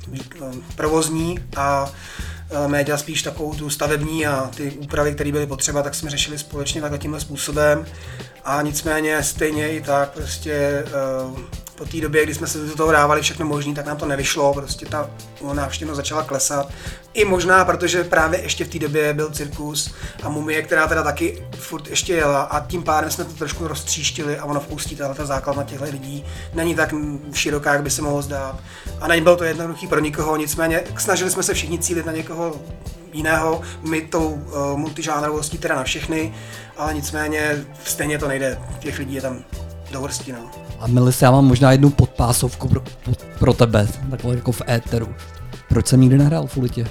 provozní a média spíš takovou tu stavební a ty úpravy, které byly potřeba, tak jsme řešili společně takhle tímhle způsobem. A nicméně stejně i tak prostě po té době, kdy jsme se do toho dávali všechno možné, tak nám to nevyšlo, prostě ta návštěvnost začala klesat. I možná, protože právě ještě v té době byl Cirkus a Mumie, která teda taky furt ještě jela a tím pádem jsme to trošku roztříštili a ono v Ústí ta základna těchto lidí není tak široká, jak by se mohlo zdát. A nebylo to jednoduchý pro nikoho, nicméně snažili jsme se všichni cílit na někoho jiného, my tou multižánrovostí teda na všechny, ale nicméně stejně to nejde, těch lidí je tam dohrstí, no. A Milis, já mám možná jednu podpásovku pro tebe, takhle jako v éteru. Proč jsem nikdy nehrál v Ulitě?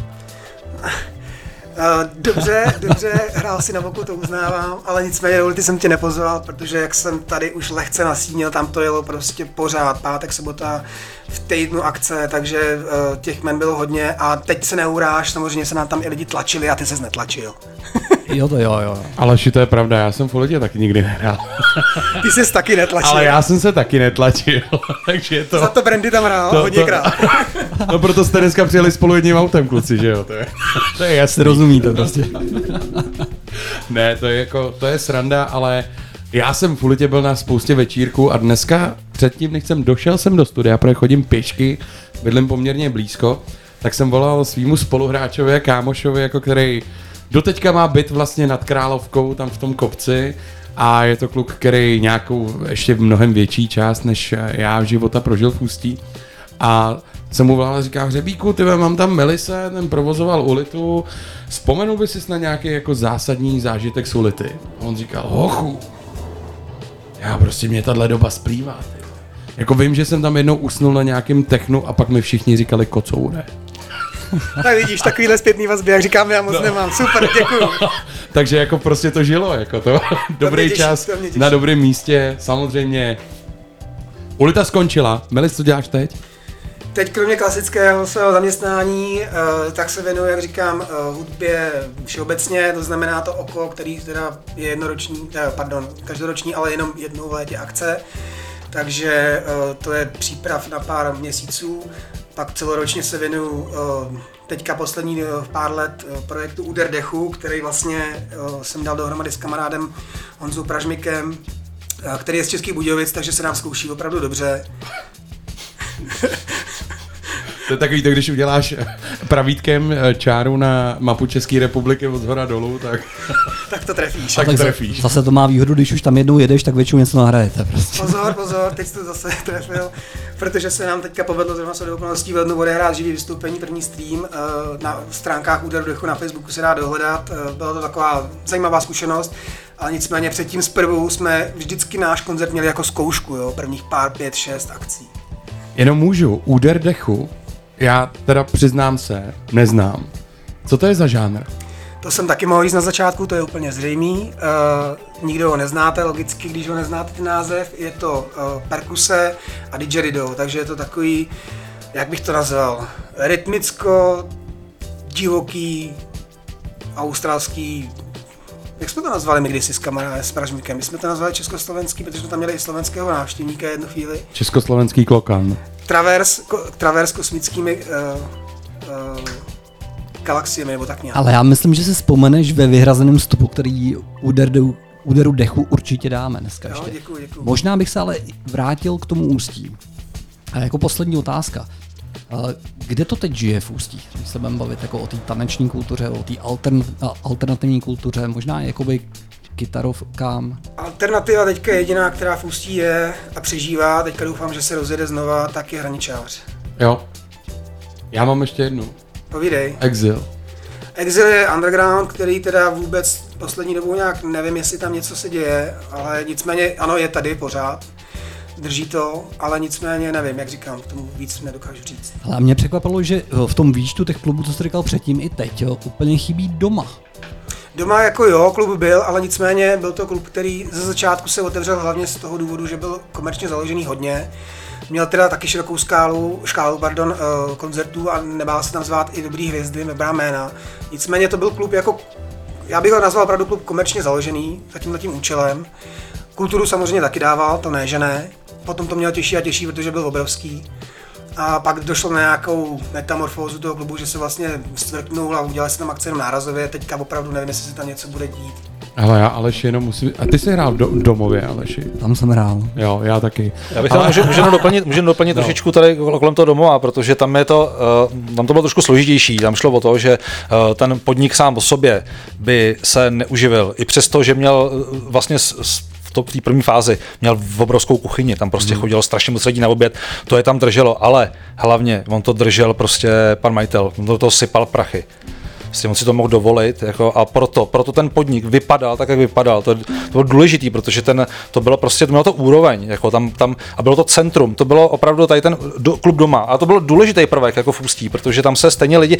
Dobře, hrál si na boku, to uznávám, ale nicméně do Ulity jsem tě nepozval, protože jak jsem tady už lehce nasínil, tam to jelo prostě pořád, pátek, sobota, v týdnu akce, takže těch men bylo hodně a teď se neuráš, samozřejmě se nám tam i lidi tlačili a ty ses netlačil. Jo. Ale to je pravda, já jsem v Ulitě taky nikdy nehrál. Ty ses taky netlačil. Ale já jsem se taky netlačil, takže to... Za to Brandy tam hrál hodněkrát. No proto jste dneska přijeli spolu jedním autem, kluci, že jo, to je jasný. Rozumíte prostě. Ne, to je sranda, ale já jsem v Ulitě byl na spoustě večírků a dneska předtím, než jsem došel sem do studia, protože chodím pěšky, bydlím poměrně blízko, tak jsem volal svýmu spoluhráčovi a kámošovi, jako který doteďka má byt vlastně nad Královkou, tam v tom kopci, a je to kluk, který nějakou ještě mnohem větší část, než já života prožil v Ústí. A jsem mu volal a říká, Hřebíku, tyve, mám tam Melise, ten provozoval Ulitu, vzpomenul by si na nějaký jako zásadní zážitek z Ulity? A on říkal, hochu, já prostě mě tahle doba splývá. Tyve. Jako vím, že jsem tam jednou usnul na nějakém technu a pak mi všichni říkali kocoure. Tak vidíš, takovýhle zpětný vazby, jak říkám, já moc nemám. Super, děkuju. Takže jako prostě to žilo, jako to. Dobrý čas, na dobrém místě, samozřejmě. Ulita skončila. Melis, co děláš teď? Teď kromě klasického svého zaměstnání, tak se věnuju, jak říkám, hudbě všeobecně, to znamená to oko, který teda je každoroční, ale jenom jednou v létě akce. Takže to je příprav na pár měsíců. Pak celoročně se věnuju teďka poslední pár let projektu Uderdechu, který vlastně jsem dal dohromady s kamarádem Honzou Pražmikem, který je z Českých Budějovic, takže se nám zkouší opravdu dobře. To je takový to, když uděláš pravítkem čáru na mapu České republiky od zhora dolů, tak... tak to trefíš. Tak to trefíš. Zase to má výhodu, když už tam jednou jedeš, tak většinou něco nahrajete. Prostě. Pozor, teď jsi to zase trefil, protože se nám teďka povedlo zrovna shodou okolností v lednu odehrát živý vystoupení, první stream na stránkách Uderdechu na Facebooku se dá dohledat. Byla to taková zajímavá zkušenost, ale nicméně předtím zprvu jsme vždycky náš koncert měli jako zkoušku, jo, prvních pár 5-6 akcí. Jenom můžu, Uderdechu, já teda přiznám se, neznám. Co to je za žánr? To jsem taky mohl říct na začátku, to je úplně zřejmý. Nikdo ho neznáte, logicky, když ho neznáte ten název. Je to perkuse a didgeridoo, takže je to takový, jak bych to nazval, rytmicko, divoký, australský, jak jsme to nazvali my kdysi s kamarádem, s Pražmíkem? My jsme to nazvali československý, protože jsme tam měli i slovenského návštěvníka jednu chvíli. Československý klokan. Travers kosmickými galaxiemi, nebo tak nějak. Ale já myslím, že si vzpomeneš ve vyhrazeném vstupu, který úderu dechu určitě dáme dneska ještě. Děkuji. Možná bych se ale vrátil k tomu Ústí. A jako poslední otázka. Kde to teď žije v Ústí? Když se budeme bavit jako o té taneční kultuře, o té alternativní kultuře, možná jakoby kytarovkám. Alternativa teďka je jediná, která v Ústí je a přežívá, teďka doufám, že se rozjede znova, tak je Hraničář. Jo. Já mám ještě jednu. Povídej. Exil. Exil je underground, který teda vůbec poslední dobou nějak nevím, jestli tam něco se děje, ale nicméně ano, je tady pořád. Drží to, ale nicméně nevím, jak říkám, k tomu víc nedokážu říct. Ale mě překvapilo, že v tom výčtu těch klubů, co jsi říkal předtím i teď, jo, úplně chybí Doma. Doma jako jo, klub byl, ale nicméně byl to klub, který ze začátku se otevřel hlavně z toho důvodu, že byl komerčně založený hodně. Měl teda taky širokou škálu koncertů a nebál se tam zvát i dobrý hvězdy, dobrá jména. Nicméně to byl klub jako, já bych ho nazval opravdu klub komerčně založený za tímhletím účelem. Kulturu samozřejmě taky dával, to ne, že ne. Potom to měl těžší a těžší, protože byl obrovský. A pak došlo na nějakou metamorfózu toho klubu, že se vlastně stvrknul a udělali se tam akce jenom nárazově. Teďka opravdu nevím, jestli se tam něco bude dít. Ale já, Aleši, jenom musím... A ty jsi hrál v Domově, Aleši? Tam jsem hrál. Jo, já taky. Já bych tam můžeme doplnit trošičku tady kolem toho Domova, protože tam je to, tam to bylo trošku složitější. Tam šlo o to, že ten podnik sám o sobě by se neuživil. I přesto, že měl vlastně v té první fázi měl obrovskou kuchyni, tam prostě chodilo strašně moc lidí na oběd, to je tam drželo, ale hlavně on to držel prostě pan majitel, on do toho sypal prachy. On si to mohl dovolit, jako, a proto ten podnik vypadal tak, jak vypadal. To bylo důležitý, protože to bylo prostě, to mělo to úroveň, jako tam, a bylo to centrum, to bylo opravdu tady ten klub Doma. A to byl důležitý prvek jako v Ústí, protože tam se stejně lidi,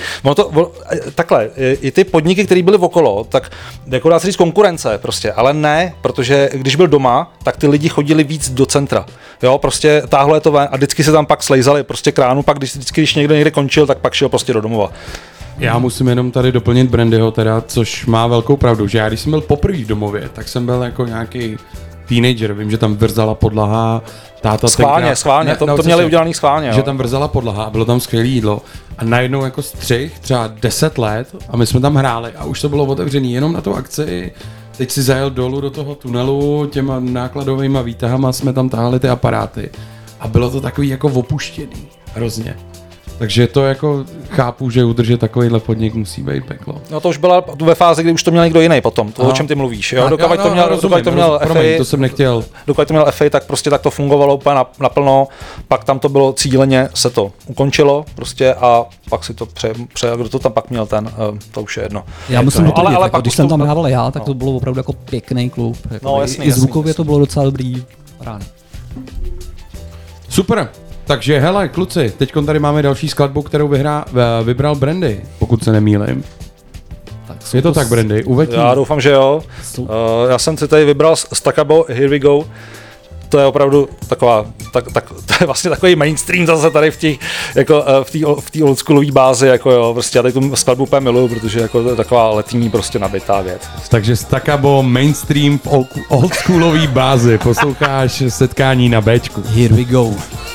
takhle, i ty podniky, které byly okolo, tak jako dá se říct konkurence prostě, ale ne, protože když byl Doma, tak ty lidi chodili víc do centra. Jo, prostě táhle to ven a vždycky se tam pak slejzali prostě kránu, pak když někde končil, tak pak šel prostě do domova. Já musím jenom tady doplnit Brandyho teda, což má velkou pravdu, že já když jsem byl poprvé v Domově, tak jsem byl jako nějaký teenager, vím, že tam vrzala podlaha, táta schválně, to měli udělaný schválně. Že tam vrzala podlaha a bylo tam skvělé jídlo a najednou jako střih, třeba 10 let a my jsme tam hráli a už to bylo otevřený jenom na tu akci. Teď si zajel dolů do toho tunelu, těma nákladovými výtahama jsme tam tahali ty aparáty a bylo to takový jako opuštěný, hrozně. Takže to jako chápu, že udržet takovýhle podnik musí být peklo. No to už byla ve fázi, kdy už to měl někdo jiný potom, to, o čem ty mluvíš. Jo? Dokud to měl FA, to jsem nechtěl. Dokud to měl FA, tak prostě tak to fungovalo úplně naplno, pak tam to bylo cíleně, se to ukončilo prostě a pak si to kdo to tam pak měl to už je jedno. Já musím doplnit, jako, když jsem tam hrával já, tak to bylo opravdu jako pěkný klub. Jako no, jasný, i zvukově to bylo docela dobrý. Ráno. Super. Takže hele, kluci, teď tady máme další skladbu, kterou vybral Brandy, pokud se nemýlim. Je to tak, Brandy? Uveď. Já doufám, že jo. Já jsem si tady vybral Stakabo, Here We Go. To je opravdu taková, to je vlastně takový mainstream zase tady v té oldschoolový bázi, jako jo, prostě já tady tu skladbu úplně miluju, protože jako to je taková letní prostě nabitá věc. Takže Stakabo, mainstream v oldschoolový bázi, posloucháš Setkání na Bčku. Here we go.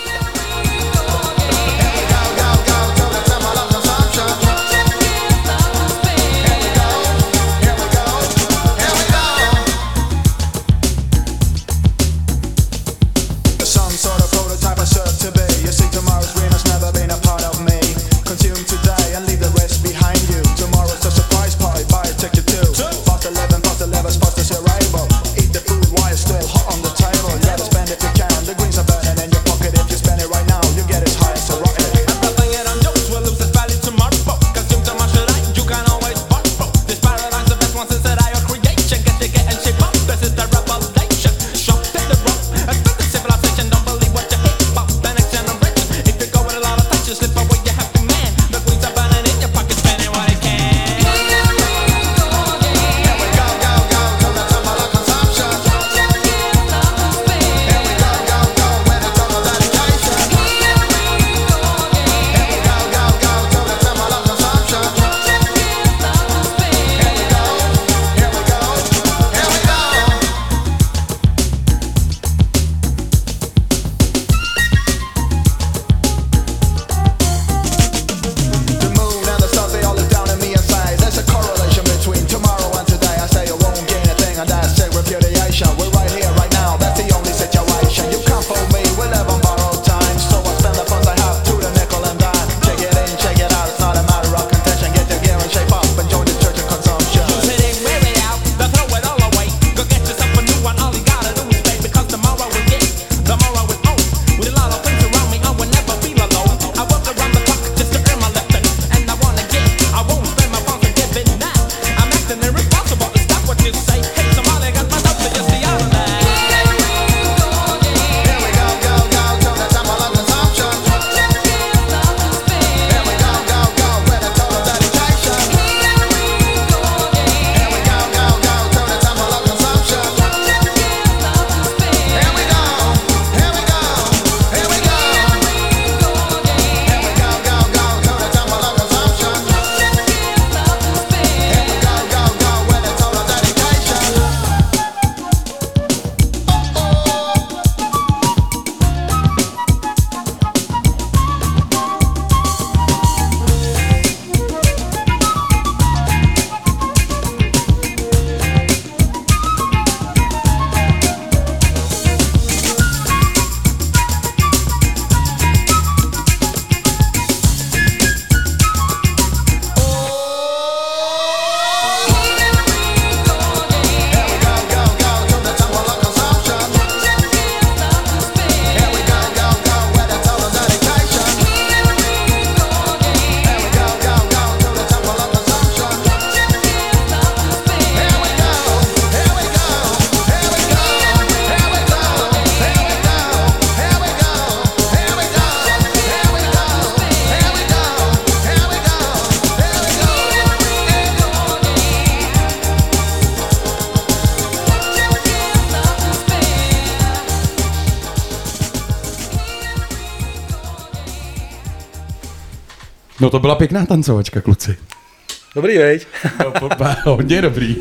No to byla pěkná tancovačka, kluci. Dobrý, veď? No, hodně dobrý.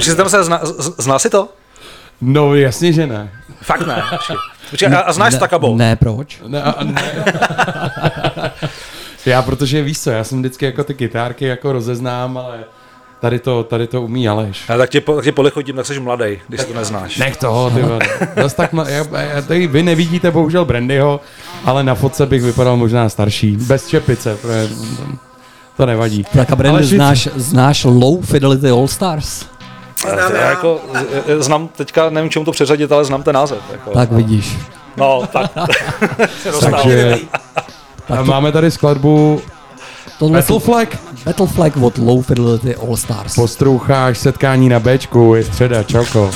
Zná si to? No jasně, že ne. Fakt ne. Počkej, a znáš Stakabo? Ne, proč? Ne. Já, protože víš co, já jsem vždycky jako ty kytárky jako rozeznám, ale Tady to umí Aleš. Tak tě polichodím, tak jsi mladej, když to neznáš. Nech toho, ty vole. Tady vy nevidíte bohužel Brandyho, ale na fotce bych vypadal možná starší. Bez čepice, protože to nevadí. Tak a Brandy, znáš Low Fidelity All Stars? Já jako znám teďka, nevím čemu to přeřadit, ale znám ten název. Jako. Tak vidíš. No, tak. Takže máme tady skladbu Battle Flag od Low Fidelity All Stars. Postroucháš setkání na Bčku, je středa, čauko.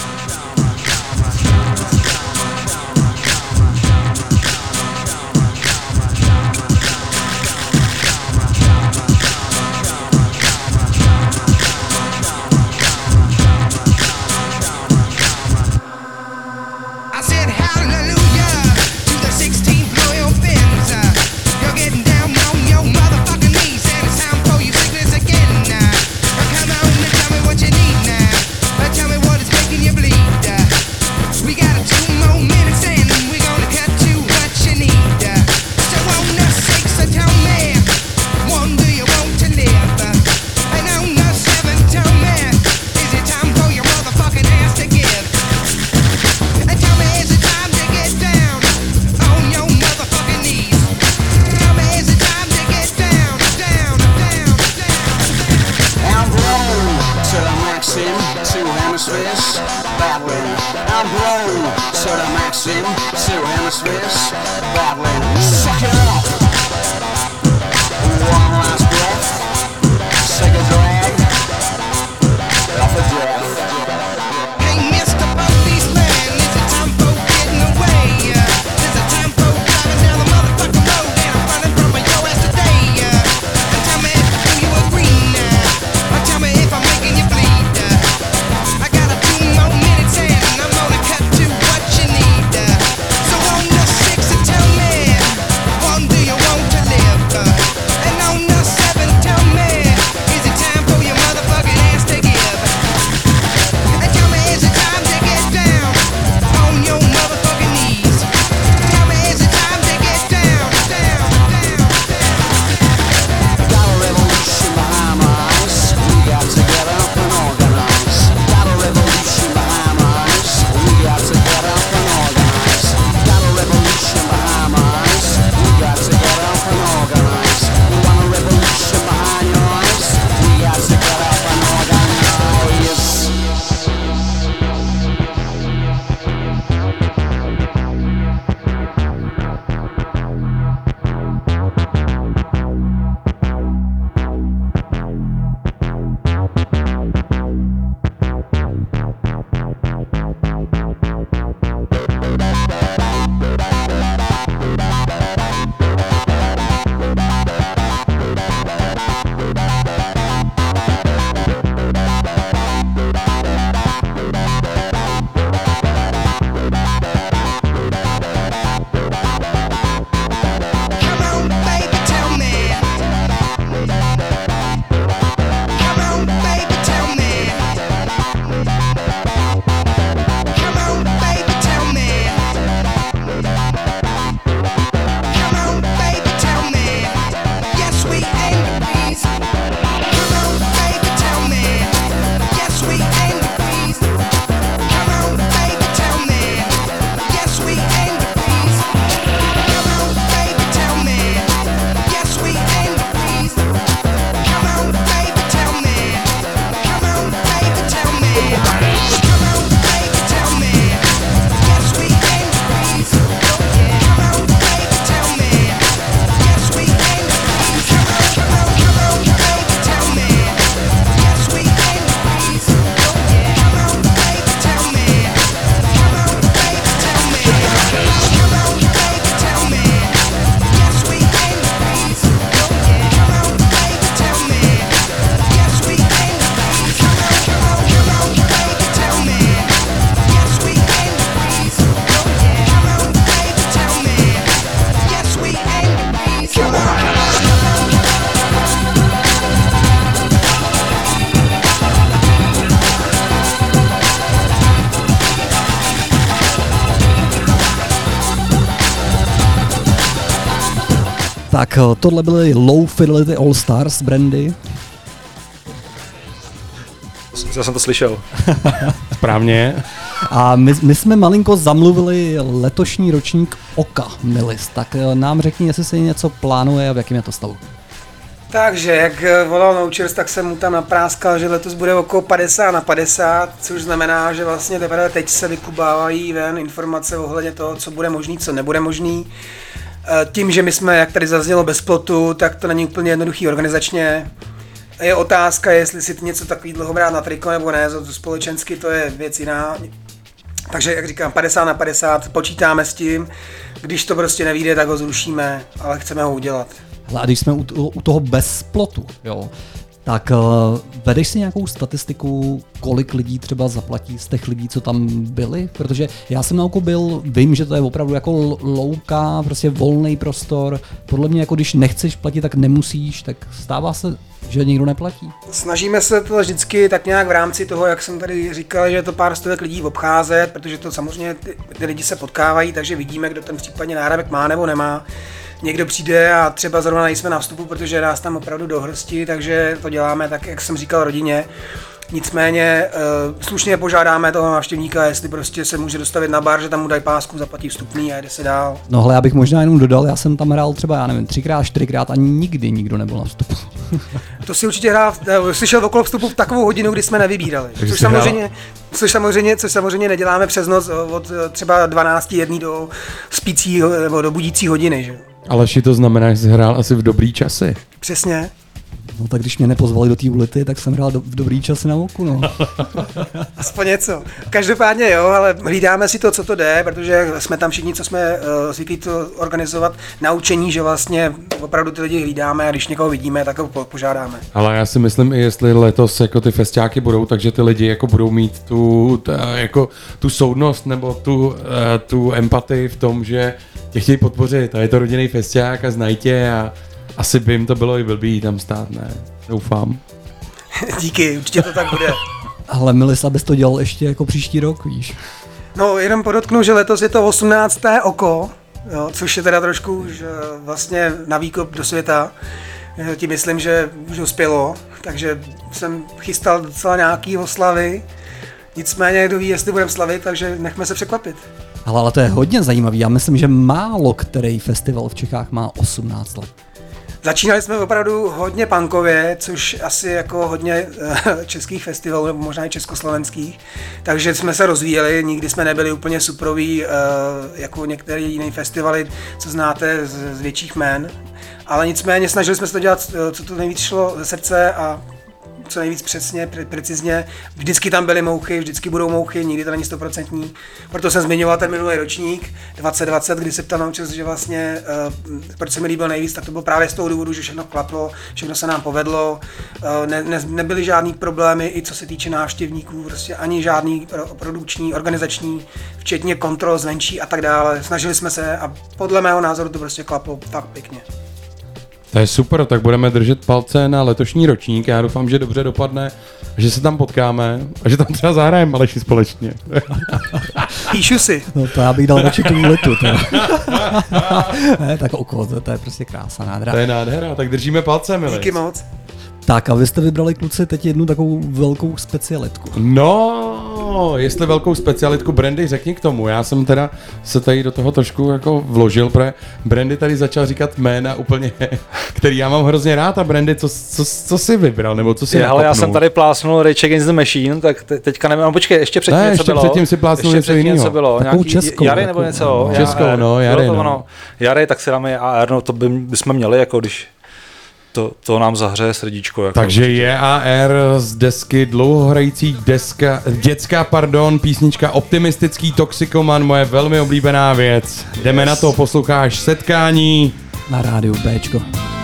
Tak tohle byly Low Fidelity All Stars Brandy. Já jsem to slyšel. Správně. A my jsme malinko zamluvili letošní ročník Oka Milis, tak nám řekni, jestli se něco plánuje a v jakém je to stavu. Takže, jak volal Nouchers, tak jsem mu tam napráskal, že letos bude okolo 50/50, což znamená, že vlastně teprve teď se vykubávají ven informace ohledně toho, co bude možný, co nebude možný. Tím, že my jsme, jak tady zaznělo, bez plotu, tak to není úplně jednoduchý organizačně. Je otázka, jestli si něco takový dlouho brát na triko nebo ne, společensky to je věc jiná. Takže, jak říkám, 50/50, počítáme s tím, když to prostě nevyjde, tak ho zrušíme, ale chceme ho udělat. A když jsme u toho bez plotu, jo, tak vedeš si nějakou statistiku, kolik lidí třeba zaplatí z těch lidí, co tam byli? Protože já jsem na oko byl, vím, že to je opravdu jako louka, prostě volný prostor. Podle mě, jako když nechceš platit, tak nemusíš, tak stává se, že nikdo neplatí. Snažíme se to vždycky tak nějak v rámci toho, jak jsem tady říkal, že je to pár stovek lidí obcházet, protože to samozřejmě ty lidi se potkávají, takže vidíme, kdo ten případně náhrabek má nebo nemá. Někdo přijde a třeba zrovna nejsme na vstupu, protože nás tam opravdu do hrsti, takže to děláme tak, jak jsem říkal, rodině. Nicméně slušně požádáme toho návštěvníka, jestli prostě se může dostavit na bar, že tam mu dají pásku, zaplatí vstupný a jede se dál. No hele, já bych možná jenom dodal, já jsem tam hrál třeba, já nevím, 3x, 4x a nikdy nikdo nebyl na vstupu. To si určitě slyšel okolo vstupu v takovou hodinu, kdy jsme nevybírali. Což samozřejmě neděláme přes noc od třeba 12:01 do spící nebo do budící hodiny, že? Aleši, to znamená, že jsi hrál asi v dobrý časy. Přesně. No tak když mě nepozvali do té ulity, tak jsem hrál v dobrý časy na oku, no. Aspoň něco. Každopádně jo, ale hlídáme si to, co to jde, protože jsme tam všichni, co jsme zvyklí to organizovat, naučení, že vlastně opravdu ty lidi hlídáme a když někoho vidíme, tak ho požádáme. Ale já si myslím, i jestli letos jako ty festiáky budou, takže ty lidi jako budou mít tu soudnost nebo tu empatii v tom, že tě chtějí podpořit a je to rodinný festiák a znají tě a asi by jim to bylo i blbý tam stát, ne? Doufám. Díky, určitě to tak bude. Ale Milis, abys to dělal ještě jako příští rok, víš. No, jenom podotknu, že letos je to 18. oko, jo, což je teda trošku už vlastně na výkop do světa. Tím myslím, že už dospělo, takže jsem chystal docela nějaký oslavy. Nicméně, kdo ví, jestli budeme slavit, takže nechme se překvapit. Ale to je hodně zajímavý. Já myslím, že málo který festival v Čechách má 18 let. Začínali jsme opravdu hodně punkově, což asi jako hodně českých festivalů, nebo možná i československých. Takže jsme se rozvíjeli, nikdy jsme nebyli úplně suproví jako některé jiné festivaly, co znáte z větších jmen. Ale nicméně snažili jsme se to dělat, co to nejvíc šlo ze srdce a co nejvíc přesně, precizně. Vždycky tam byly mouchy, vždycky budou mouchy, nikdy to není 100%. Proto jsem zmiňoval ten minulý ročník 2020, kdy se ptal Nouchers, že vlastně proč se mi líbil nejvíc, tak to bylo právě z toho důvodu, že všechno klaplo, všechno se nám povedlo, nebyly žádný problémy, i co se týče návštěvníků, prostě ani žádný produkční, organizační, včetně kontrol zvenčí a tak dále. Snažili jsme se a podle mého názoru to prostě klaplo fakt pěkně. To je super, tak budeme držet palce na letošní ročník. Já doufám, že dobře dopadne, že se tam potkáme a že tam třeba zahrajeme Aleši společně. Píšu si. No to já bych dal radši tu úletu. Tak oko, to je prostě krása, nádhera. To je nádhera, tak držíme palce, milí. Díky moc. Tak a vy jste vybrali, kluci, teď jednu takovou velkou specialitku. No, jestli velkou specialitku, Brandy, řekni k tomu. Já jsem teda se tady do toho trošku jako vložil, protože Brandy tady začal říkat jména úplně, který já mám hrozně rád. A Brandy, co jsi vybral, nebo co jsi nakopnul? Ale já jsem tady plásnul Rage Against the Machine, tak teďka nevím, počkej, ještě předtím ne, něco ještě bylo. Předtím si plásnul něco jiného. Takovou českou. Jary nebo něco. Českou, no, Jary, no. Jary, tak si dáme AR, no to bychom měli, jako když to nám zahřeje srdíčko. Jako. Takže JAR z desky dlouhohrající dětská písnička Optimistický toxikoman, moje velmi oblíbená věc. Jdeme na to, posloucháš Setkání na rádiu Bčko.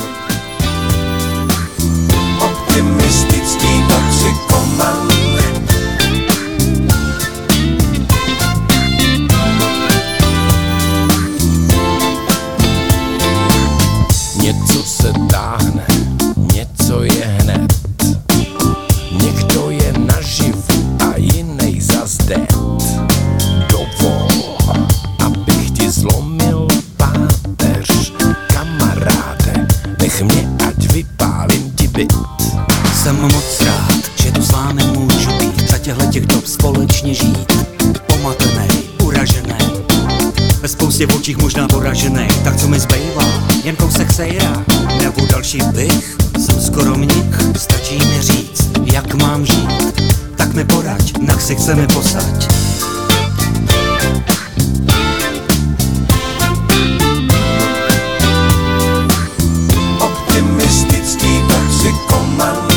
Optimistický toxikoman. Něco se táhne, něco je hned. Někdo je naživu a jinej zas dead. Dovol, abych ti zlomil páteř, kamaráde. spoustě v očích možná poražený. Tak co mi zbývá? Jen kousek sejra nebo další bych? Jsem skoro mnich, stačí mi říct, jak mám žít. Tak mi poraď, na ksich se mi posaď. Optimistický toxikoman.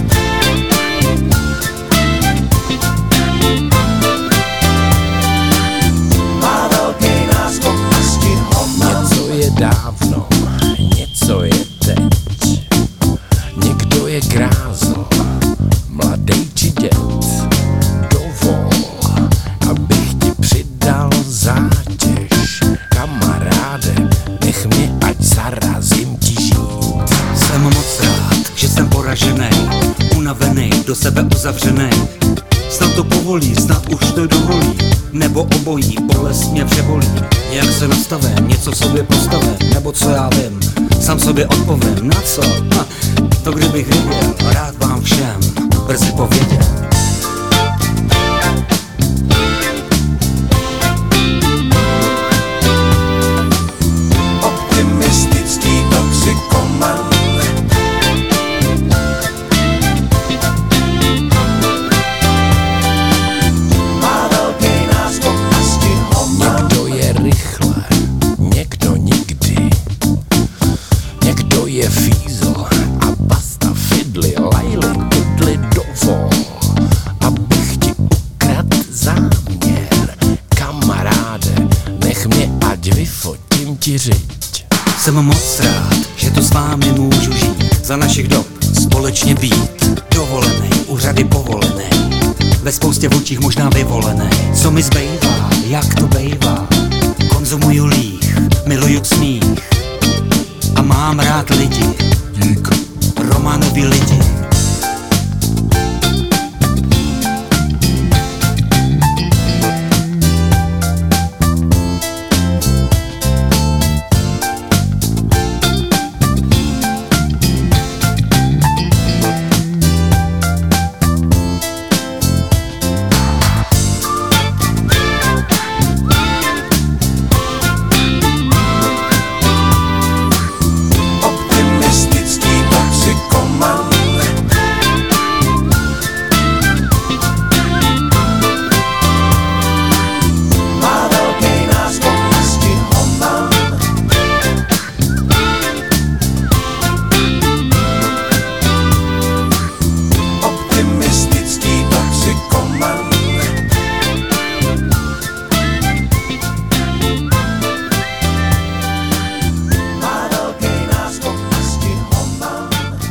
Má velký náskok a stihoman. Něco je dávno, něco je teď. Někdo je grázl, mladej či dět. Dovol, abych ti přidal zátěž. Kamaráde, nech mě, ať zarazím ti žít. Jsem moc rád, že jsem poražený, unavený, do sebe uzavřený. Snad to povolí, snad už to dovolí, nebo obojí, bolest mě přebolí. Jak se nastavím, něco sobě postavím, nebo co já vím, sám sobě odpovím, na co? To kdybych věděl, rád vám všem brzy pověděl. Optimistický toxikoman. Má velký náskok a stihoman. Někdo je rychle, někdo nikdy. Někdo je fízl a basta fidly, lajly, tudly, dovol, abych ti ukrad záměr. Kamaráde, nech mě, ať vyfotím ti řiď. Jsem moc rád, že tu s vámi můžu žít, za našich dob společně být. Dovolený, úřady povolený, ve spoustě v očích možná vyvolený. Co mi zbývá, jak to bejvá, konzumuju líh, miluju smích a mám rád lidi. Dík. Romanovi lidi. Optimistický toxikoman. Má velký náskok a stihoman. Optimistický toxikoman. Má velký náskok a stihoman.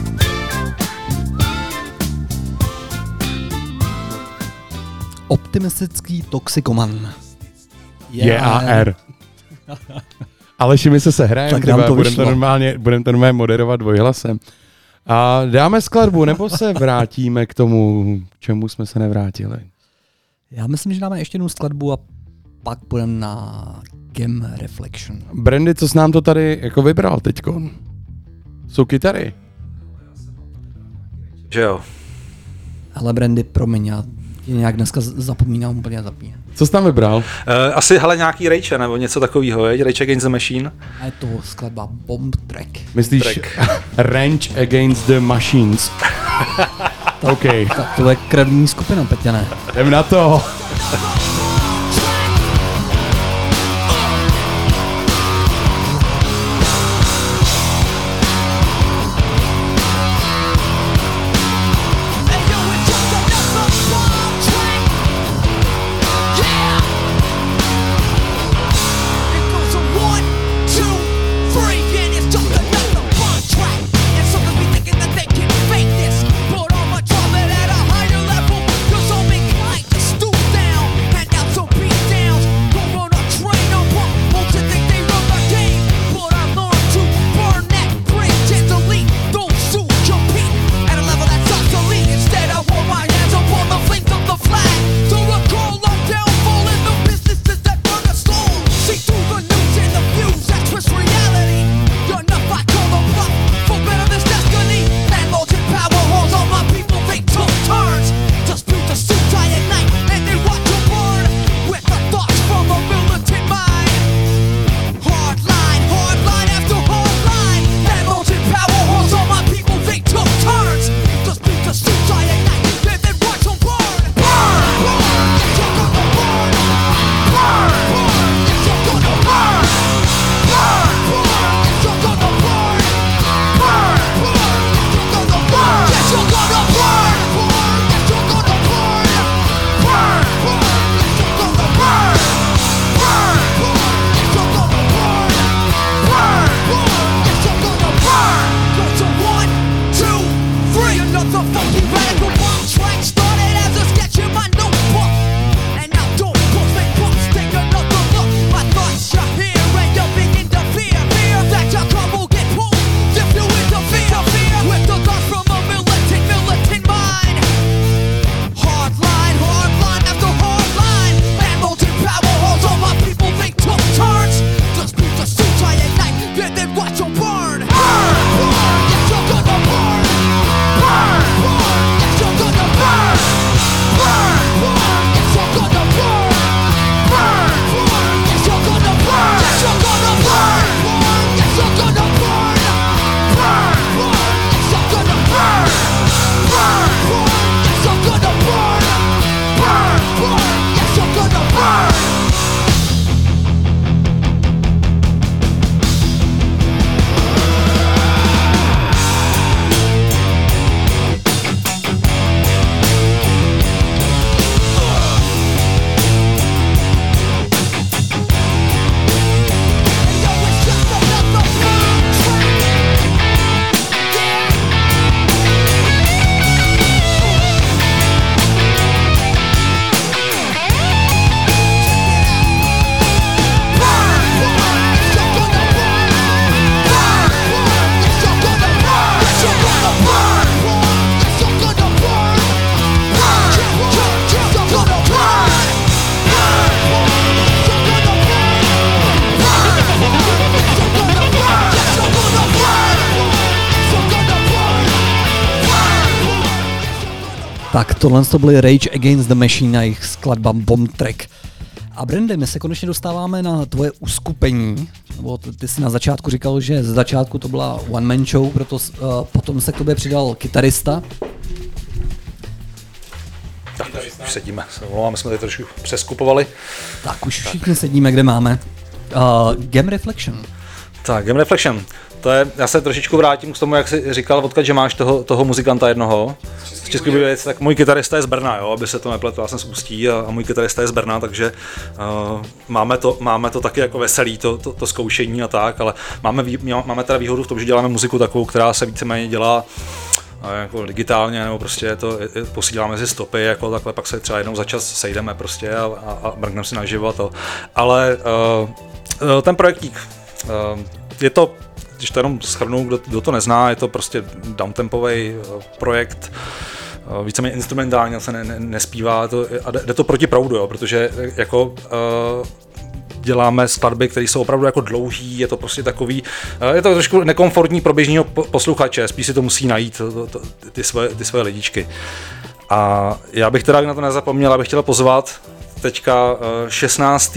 Optimistický toxikoman. JAR. Aleši, my se sehrajeme, Tak nám to budeme vyšlo. budem to normálně moderovat dvojhlasem. A dáme skladbu, nebo se vrátíme k tomu, k čemu jsme se nevrátili? Já myslím, že dáme ještě jednu skladbu a pak půjdeme na Game Reflection. Brandy, co jsi nám to tady jako vybral teďko? Jsou kytary. Že jo. Hele Brandy, promiň, já tě nějak dneska zapomínám úplně zapínat. Co jsi tam vybral? Asi hele nějaký Rage nebo něco takového, je? Rage Against the Machine. A je to skladba Bomb Track. Myslíš Rage Against the Machines? OK. Tak to je krevní skupina, Peťané. Jdem na to. Put all my trouble at a higher level, 'cause I'm inclined to stoop down and Tak tohle to byly Rage Against the Machine a jejich skladba Bomb Track. A Brandy, my se konečně dostáváme na tvoje uskupení. Nebo ty jsi na začátku říkal, že ze začátku to byla one man show, proto potom se k tobě přidal kytarista. Tak, už sedíme, omlouváme, jsme tady trošku přeskupovali. Tak už všichni sedíme, kde máme. Game Reflection. Tak, Game Reflection. To je, já se trošičku vrátím k tomu, jak jsi říkal, odkud, že máš toho muzikanta jednoho. Z České Budějovic, tak můj kytarista je z Brna, jo, aby se to nepletlo, já jsem z Ústí a můj kytarista je z Brna, takže máme to taky jako veselý, to zkoušení a tak, ale máme teda výhodu v tom, že děláme muziku takovou, která se víceméně dělá jako digitálně, nebo prostě posíláme si stopy, jako takhle, pak se třeba jednou za čas sejdeme prostě a mrkneme si naživo to. Ale ten projektík, je to, když to jenom shrnu, kdo to nezná, je to prostě downtempový projekt, víceméně instrumentálně se nespívá a jde to proti proudu, jo, protože jako děláme skladby, které jsou opravdu jako dlouhý, je to prostě takový, je to trošku nekomfortní pro běžného posluchače, spíš si to musí najít ty svoje lidičky. A já bych teda na to nezapomněl, abych chtěl pozvat teďka 16.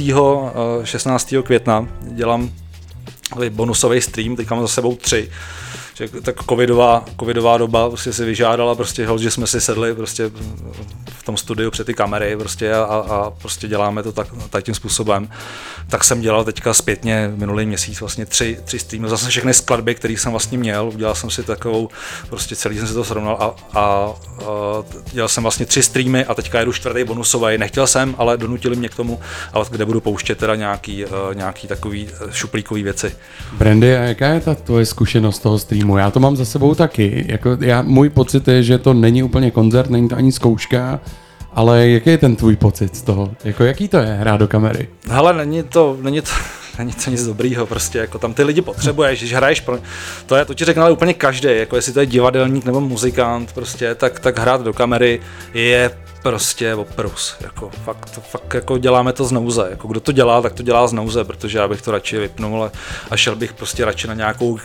května dělám bonusový stream, teďka mám za sebou 3. Že tak covidová doba prostě si vyžádala prostě, že jsme si sedli prostě v tom studiu před ty kamery prostě a prostě děláme to tak tím způsobem. Tak jsem dělal teďka zpětně minulý měsíc vlastně 3 streamy, zase všechny skladby, které jsem vlastně měl, udělal jsem si takovou, prostě celý jsem si to srovnal a dělal jsem vlastně 3 streamy a teďka jedu 4. bonusový. Nechtěl jsem, ale donutili mě k tomu, ale kde budu pouštět teda nějaký takový šuplíkový věci. Brandy, a jaká je ta tvoje zkušenost toho streamu? Já to mám za sebou taky. Jako můj pocit je, že to není úplně koncert, není to ani zkouška, ale jaký je ten tvůj pocit z toho? Jako jaký to je hrát do kamery? Hele, není to nic dobrýho, prostě jako tam ty lidi potřebuješ, když hraješ to ti řekne ale úplně každý, jako jestli to je divadelník nebo muzikant, prostě, tak hrát do kamery je prostě oprus, jako fakt jako děláme to z nouze, jako kdo to dělá, tak to dělá z nouze, protože já bych to radši vypnul a šel bych prostě radši na nějakou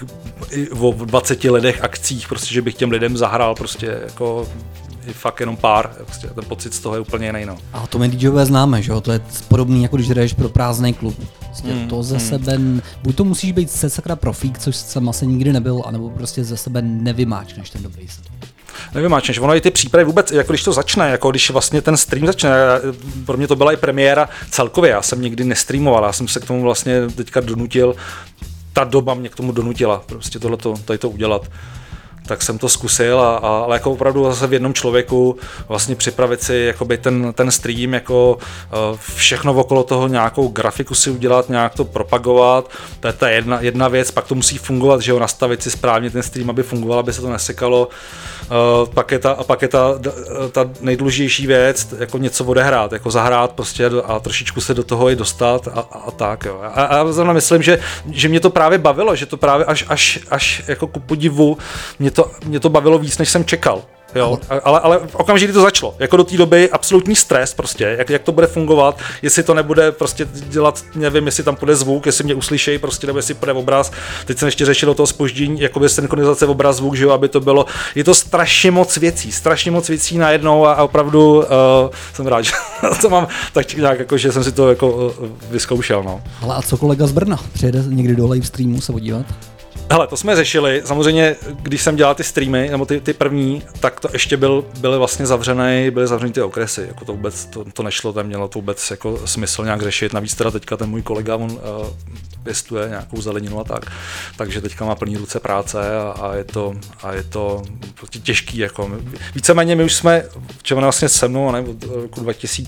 o 20 lidech akcích, prostě, že bych těm lidem zahrál prostě jako fakt jenom pár, prostě, ten pocit z toho je úplně jiný. No. A to my DJové známe, že jo, to je podobný, jako když jdeš pro prázdný klub. Prostě to ze sebe, buď to musíš být sakra profík, což jsem asi nikdy nebyl, anebo prostě ze sebe nevymáčneš ten dobrý set. Nevymáčneš, ono i ty přípravy vůbec, jako když to začne, jako když vlastně ten stream začne, pro mě to byla i premiéra celkově, já jsem nikdy nestreamoval, já jsem se k tomu vlastně teďka donutil, ta doba mě k tomu donutila, prostě tady to udělat. Tak jsem to zkusil, ale jako opravdu zase v jednom člověku vlastně připravit si jakoby ten stream, jako všechno okolo toho, nějakou grafiku si udělat, nějak to propagovat, to je ta jedna věc, pak to musí fungovat, že jo, nastavit si správně ten stream, aby fungoval, aby se to nesekalo, pak je ta nejdůležitější věc, jako něco odehrát, jako zahrát prostě a trošičku se do toho i dostat a tak, jo. A já zrovna myslím, že mě to právě bavilo, že to právě až jako ku podivu mě to bavilo víc, než jsem čekal. Jo, ale v okamžiku, kdy to začalo, jako do té doby absolutní stres prostě, jak to bude fungovat, jestli to nebude prostě dělat, nevím, jestli tam půjde zvuk, jestli mě uslyšejí prostě, nebo jestli půjde obraz, teď jsem ještě řešil toho zpoždění, jakoby synchronizace obraz zvuk, že jo, aby to bylo, je to strašně moc věcí najednou a opravdu jsem rád, že to mám tak nějak jako, že jsem si to jako vyzkoušel, no. Ale a co kolega z Brna, přijede někdy do live streamu se podívat? Hele, to jsme řešili, samozřejmě, když jsem dělal ty streamy, nebo ty první, tak to ještě byly vlastně zavřený ty okresy, jako to vůbec, to nešlo, tam mělo to vůbec jako smysl nějak řešit, navíc teda teďka ten můj kolega, on pěstuje nějakou zeleninu a tak, takže teďka má plný ruce práce a je to prostě těžký, jako víceméně my už jsme, včera vlastně se mnou, ne, od roku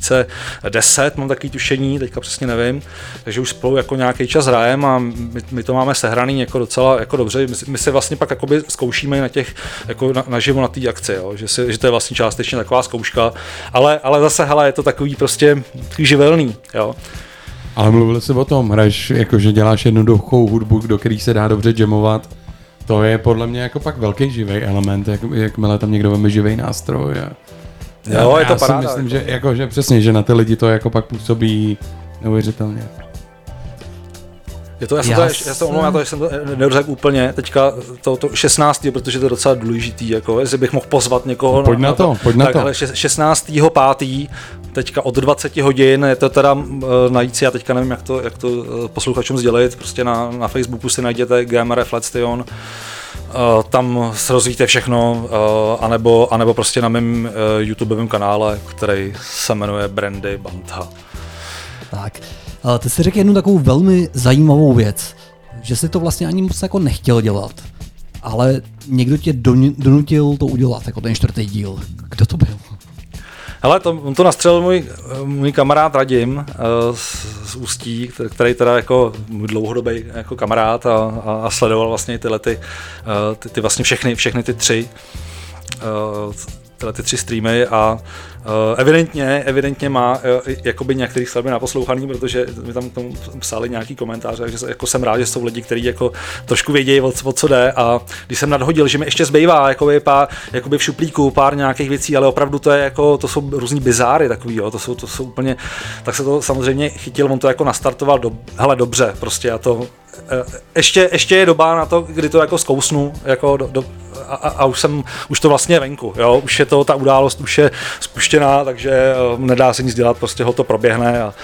2010 mám takový tušení, teďka přesně nevím, takže už spolu jako nějaký čas hrajeme a my to máme sehraný jako docela jako dobře, my se vlastně pak jakoby zkoušíme na těch, jako naživo na té akci, jo? Že to je vlastně částečně taková zkouška, ale zase, hele, je to takový prostě živelný, jo. Ale mluvili jsi o tom, hraješ, jakože děláš jednoduchou hudbu, do který se dá dobře jamovat, to je podle mě jako pak velký živý element, jakmile tam někdo veme živý nástroj. Jo, je to paráda. Já si myslím, že přesně, že na ty lidi to jako pak působí neuvěřitelně. Je to, já se omlouvám, že jsem to nedořekl úplně, teďka to 16. protože to je docela důležitý, jako, jestli bych mohl pozvat někoho. Pojď na to. Ale 16.5. teďka od 20 hodin, je to teda najít, já teďka nevím, jak to posluchačům sdělit, prostě na Facebooku si najděte GMR Flatstone, tam se rozvíjíte všechno, anebo prostě na mém YouTubeovém kanále, který se jmenuje Brandy Banta. Tak, ty si řekl jednu takovou velmi zajímavou věc, že si to vlastně ani moc jako nechtěl dělat, ale někdo tě donutil to udělat, jako ten 4. díl. Kdo to byl? Hele, on to nastřelil můj kamarád Radim z Ústí, který teda jako můj dlouhodobý jako kamarád a sledoval vlastně ty vlastně všechny ty tři streamy a evidentně má jakoby některých skladby naposlouchaný, protože mi tam k tomu psali nějaký komentáře, takže jako jsem rád, že jsou lidi, kteří jako trošku vědějí, o co jde, a když jsem nadhodil, že mi ještě zbývá jakoby v šuplíku pár nějakých věcí, ale opravdu to jsou různý bizáry takový, jo, to jsou úplně, tak se to samozřejmě chytil, on to jako nastartoval dobře, prostě, a to ještě je doba na to, kdy to jako zkousnu, jako a už to vlastně je venku, jo, už je to, ta událost už je spuštěná, takže nedá se nic dělat, prostě ho to proběhne a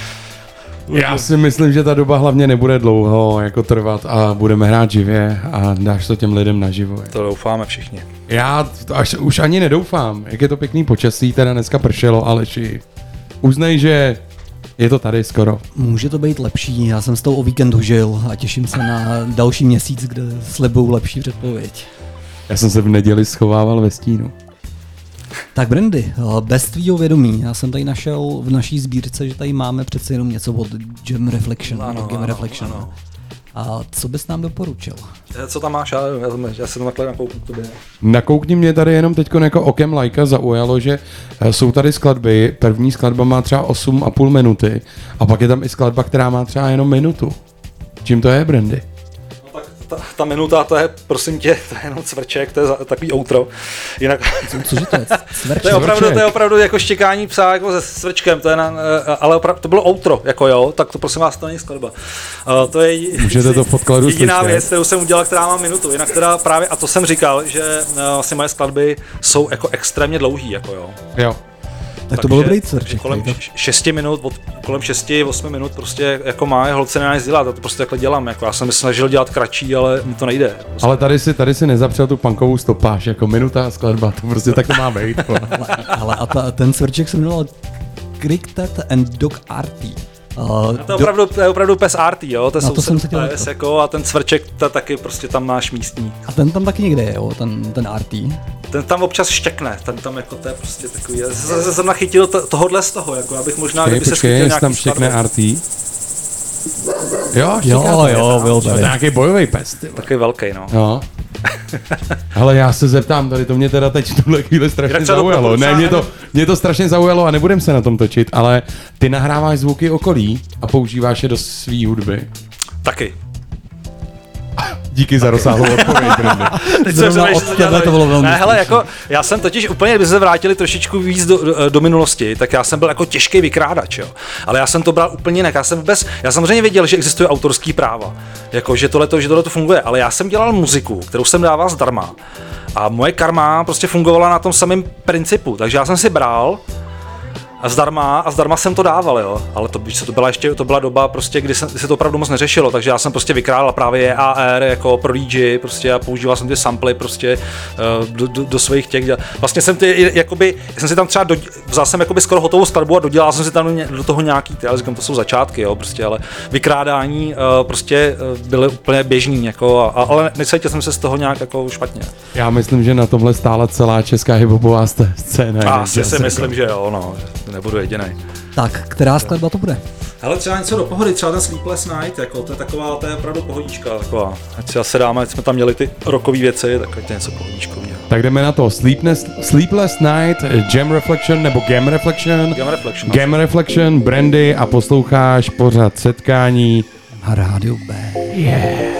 já si myslím, že ta doba hlavně nebude dlouho jako trvat a budeme hrát živě a dáš to těm lidem naživo. To doufáme všichni. Já už ani nedoufám, jak je to pěkný počasí, teda dneska pršelo, Aleši, uznej, že je to tady skoro. Může to být lepší, já jsem s tou o víkendu žil a těším se na další měsíc, kde slibuju lepší předpověď. Já jsem se v neděli schovával ve stínu. Tak Brandy, bez tvýho vědomí, já jsem tady našel v naší sbírce, že tady máme přece jenom něco od Jam Reflection. Ano. A co bys nám doporučil? Co tam máš? Já se to takhle nakouknu tobě. Nakoukni, mě tady jenom teď jako okem lajka zaujalo, že jsou tady skladby, první skladba má třeba 8,5 minuty a pak je tam i skladba, která má třeba jenom minutu. Čím to je, Brandy? Ta minuta, to je, prosím tě, to je jenom cvrček, to je takový outro. Jinak... Cože to je? Cvrček? To je opravdu jako štěkání psa jako se cvrčkem, to je ale opravdu, to bylo outro, jako jo, tak to prosím vás, to není skladba. To je jediná věc, kterou jsem udělal, která má minutu. Jinak teda právě, a to jsem říkal, že vlastně moje skladby jsou jako extrémně dlouhý, jako jo. Jo. Tak to bylo dobrý cvrček. Kolem 6 minut, kolem 6-8 minut prostě jako má holce nenáš dělat, a to prostě takhle dělám, jako já jsem se snažil dělat kratší, ale mi to nejde. Prostě. Ale tady si nezapřel tu punkovou stopáž, jako minuta skladba, to prostě tak to má být. Ale ten cvrček se jmenoval Cricket and Dog Arty. To je opravdu pes arty, jo, to jsem se pes jako, a ten cvrček taky prostě tam máš místní. A ten tam taky někde je, jo, ten arty. Ten tam občas štěkne, ten tam jako to je prostě takový, já jsem nachytil tohodle z toho, jako abych možná, kdyby se chytil nějaký tam štěkne arty. Jo, byl to nějaký bojový pes. Takový velký, no. Jo. Ale já se zeptám, tady to mě teda teď v tuhle chvíli strašně zaujalo. Ne, mě to strašně zaujalo a nebudem se na tom točit, ale ty nahráváš zvuky okolí a používáš je do svý hudby. Taky. Díky za rozsáhlou odpověď, Brandy. To bylo velmi hele, jako, já jsem totiž úplně, kdyby se vrátili trošičku víc do minulosti, tak já jsem byl jako těžký vykrádač, jo. Ale já jsem to bral úplně jinak. Já samozřejmě věděl, že existuje autorský práva, jako, že tohle funguje, ale já jsem dělal muziku, kterou jsem dával zdarma. A moje karma prostě fungovala na tom samém principu, takže já jsem si bral a zdarma jsem to dával, jo. Ale to byla doba prostě, kdy se to opravdu moc neřešilo, takže já jsem prostě vykrádal právě EAR jako pro DJ prostě a používal jsem ty samply prostě do svých těch. Vlastně jsem jsem si tam třeba vzal jsem jakoby skoro hotovou skladbu a dodělal jsem si tam do toho nějaký, ale říkám, to jsou začátky, jo, prostě, ale vykrádání prostě byly úplně běžný, jako, ale necítil jsem se z toho nějak jako špatně. Já myslím, že na tomhle stála celá česká hiphopová scéna. Asi si myslím, že jo, no. Nebudu jediný. Tak, která skladba to bude? Hele, třeba něco do pohody, třeba ten Sleepless Night, jako, to je opravdu pohodička, taková. Ať si asi dáme, ať jsme tam měli ty rockové věci, tak ať něco pohodičkový. Tak jdeme na to. Sleepless Night, Jam Reflection nebo Game Reflection. Game Reflection, Brandy a posloucháš pořad setkání na Rádiu B. Yeah.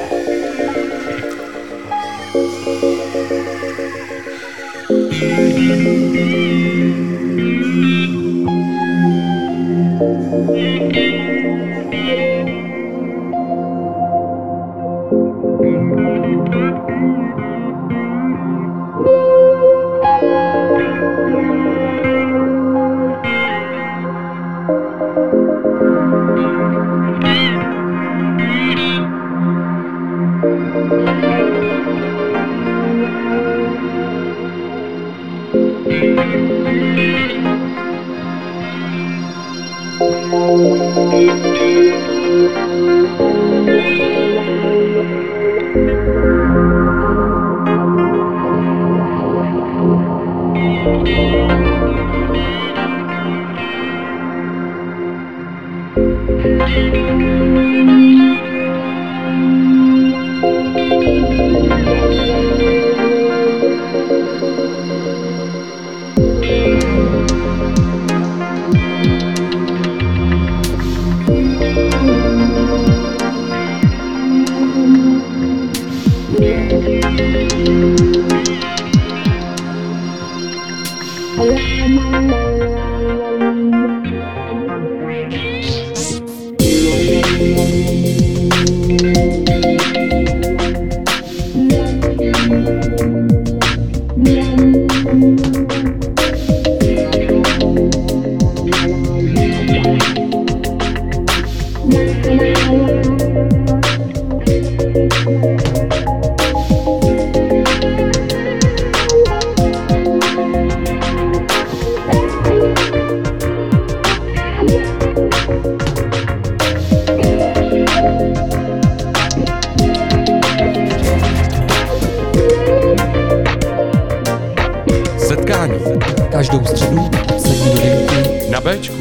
Setkání Každou středu od 7 do 9. na Bčku.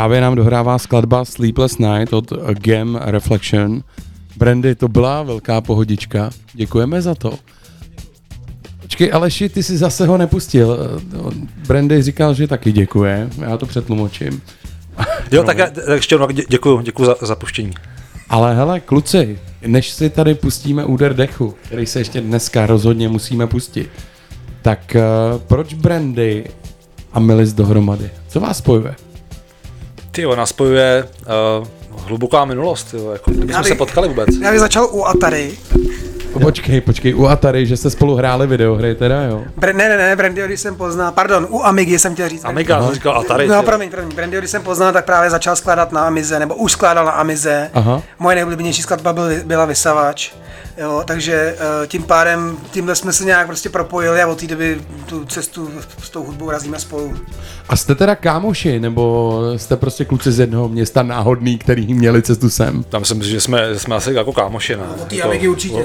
právě nám dohrává skladba Sleepless Night od Gem Reflection. Brandy, to byla velká pohodička, děkujeme za to. Počkej, Aleši, ty si zase ho nepustil. Brandy říkal, že taky děkuje, já to přetlumočím. Jo, tak ještě děkuju za puštění. Ale hele, kluci, než si tady pustíme úder dechu, který se ještě dneska rozhodně musíme pustit, tak proč Brandy a Milis dohromady? Co vás spojuje? Tyjo, nás spojuje hluboká minulost, jo, jako kdybychom se potkali vůbec. Já bych začal u Atari. Počkej, u Atari, že jste spolu hráli videohry teda, jo? Ne, Brandyho, když jsem poznal, pardon, u Amigy jsem chtěl říct. Amiga, jsem říkal Atari. No, promiň, Brandyho, když jsem poznal, tak právě začal skládat na Amize, nebo už skládal na Amize. Aha. Moje nejoblíbenější skladba byla Vysavač. Jo, takže tím pádem, tímhle jsme se nějak prostě propojili a od té doby tu cestu s tou hudbou razíme spolu. A jste teda kámoši, nebo jste prostě kluci z jednoho města náhodný, který měli cestu sem? Tam si myslím, že jsme asi jako kámoši, ne? Od té Amigy určitě.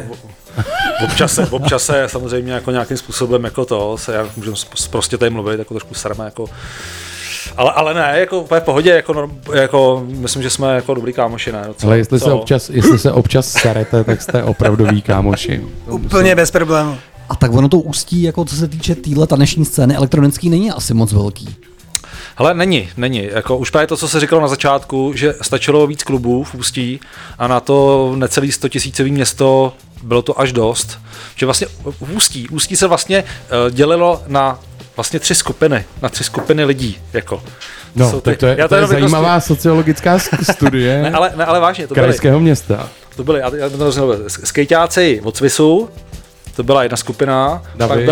Občas se samozřejmě jako nějakým způsobem jako to, se můžeme prostě tady mluvit, jako trošku serme, jako ale ne, jako v pohodě, jako myslím, že jsme jako dobrý kámoši, ne? Ale jestli se občas serete, tak jste opravdoví kámoši. Úplně bez problémů. A tak ono to ústí, jako co se týče téhle taneční scény elektronický, není asi moc velký. Hele, není. Jako už právě to, co se říkalo na začátku, že stačilo víc klubů v Ústí a na to necelý 100 000 město bylo to až dost. Že vlastně v Ústí se vlastně dělilo na vlastně 3 skupiny lidí, jako. No, tak to je zajímavá sociologická studie ne, ale vážně, to krajského města. To byly, já to rozumím, skejťáci od Svissu, to byla jedna skupina, David,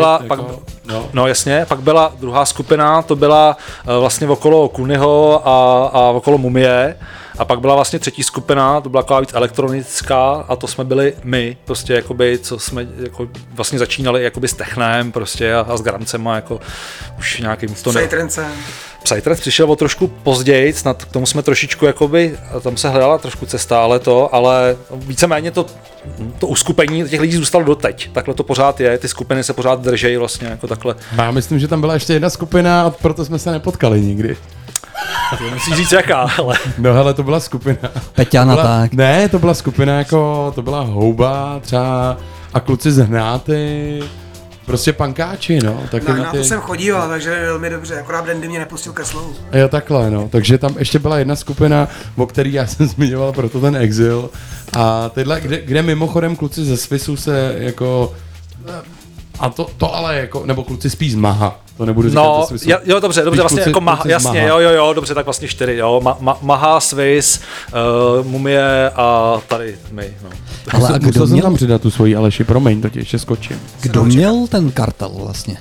pak byla druhá skupina, to byla vlastně okolo Kunyho a okolo Mumie, a pak byla vlastně třetí skupina, to byla taková víc elektronická a to jsme byli my, prostě jakoby, co jsme jako vlastně začínali jakoby s technem prostě a s grancema, jako už nějakým to Psytrance přišel o trošku později, snad k tomu jsme trošičku jakoby, tam se hledala trošku cesta, ale víceméně to uskupení těch lidí zůstalo doteď, takhle to pořád je, ty skupiny se pořád držejí vlastně jako takhle. Já myslím, že tam byla ještě jedna skupina a proto jsme se nepotkali nikdy. To musíš říct jaká, ale. No hele, to byla skupina. Peťana tak. Ne, to byla skupina jako, to byla Houba třeba a kluci z Hnáty, prostě pankáči, no. Na Hnátu jsem chodíval, takže velmi dobře, akorát Brandy mě nepustil ke slovu. Jo, takhle, no. Takže tam ještě byla jedna skupina, o který já jsem zmiňoval, proto ten Exil. A tyhle, kde mimochodem kluci ze Svissu se jako... A to ale jako, nebo kluci spíš z Maha, to nebudu říkat ze Svissu. Jo, dobře, vlastně jako Maha, jasně, jo, dobře, tak vlastně 4, jo, Maha, Swiss, Mumie a tady my, no. Ale a musel jsem tam přidat tu svoji Aleši, promiň, to tě ještě skočím. Kdo měl ten kartel vlastně?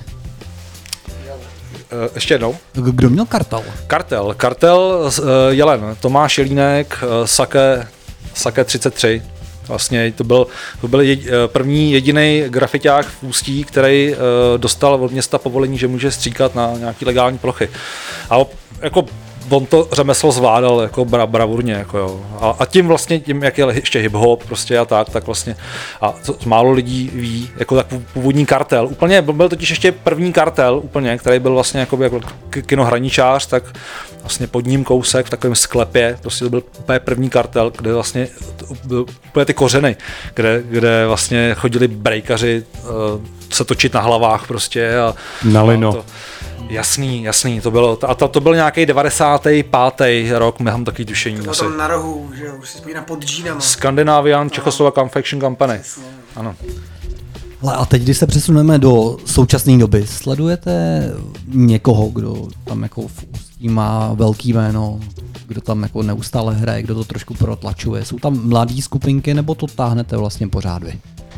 Ještě jednou. Kdo měl kartel? Kartel Jelen, Tomáš Jelínek, Sake 33. Vlastně to byl první jediný grafiťák v Ústí, který dostal od města povolení, že může stříkat na nějaký legální plochy. A jako on to řemeslo zvládal jako bravurně, jako jo. A tím vlastně, jak je ještě hip-hop prostě a tak vlastně, a málo lidí ví, jako tak původní kartel, úplně, byl totiž ještě první kartel úplně, který byl vlastně jako kinohraničář, tak vlastně pod ním kousek v takovém sklepě, prostě to byl úplně první kartel, kde vlastně byl úplně ty kořeny, kde vlastně chodili breakaři se točit na hlavách prostě a na lino. Jasný, to bylo, a to byl nějaký 95. rok, mám taky tušení. To tam na rohu, že už si spojím pod džínama. Scandinavian Czechoslovak Confection Company, ano. Ale a teď, když se přesuneme do současné doby, sledujete někoho, kdo tam jako v Ústí má velký jméno, kdo tam jako neustále hraje, kdo to trošku protlačuje? Jsou tam mladý skupinky, nebo to táhnete vlastně pořád vy?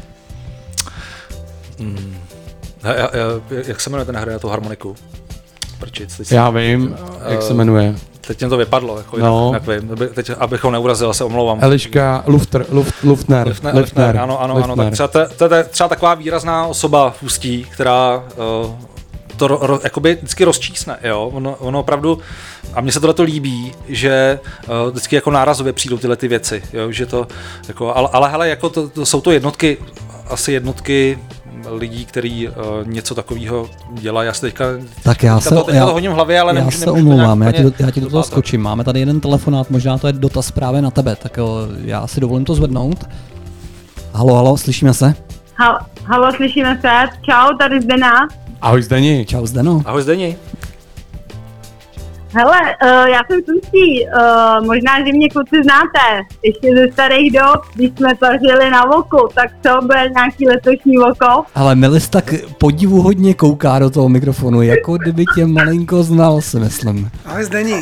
Jak se jmenuje ten hraje tu harmoniku? Já vím, jak se jmenuje. Teď mě to vypadlo, jako jinak vím. Teď, abychom neurazil, se omlouvám. Eliška Luftner. Ano. Tak to je třeba taková výrazná osoba v Ústí, která to jakoby vždycky rozčísne, jo. Ono opravdu, a mně se tohleto líbí, že vždycky jako nárazově přijdou tyhle ty věci, jo, že to, jako, ale hele, jako to jsou to jednotky, asi jednotky lidí, který něco takového dělají. Já si teďka Já to hodím v hlavě, ale já se omlouvám, já ti do toho skočím. Máme tady jeden telefonát, možná to je dotaz právě na tebe, tak já si dovolím to zvednout. Halo, slyšíme se? Halo, slyšíme se. Čau, tady Zdena. Ahoj Zdeni. Čau Zdeno. Ahoj Zdeni. Hele, já jsem Sunčí, možná, že mě kluci znáte, ještě ze starých dob, když jsme pařili na Voku, tak to bude nějaký letošní Voko. Ale Milis tak podivuhodně kouká do toho mikrofonu, jako kdyby tě malinko znal, si myslím. Ahoj Zdeni.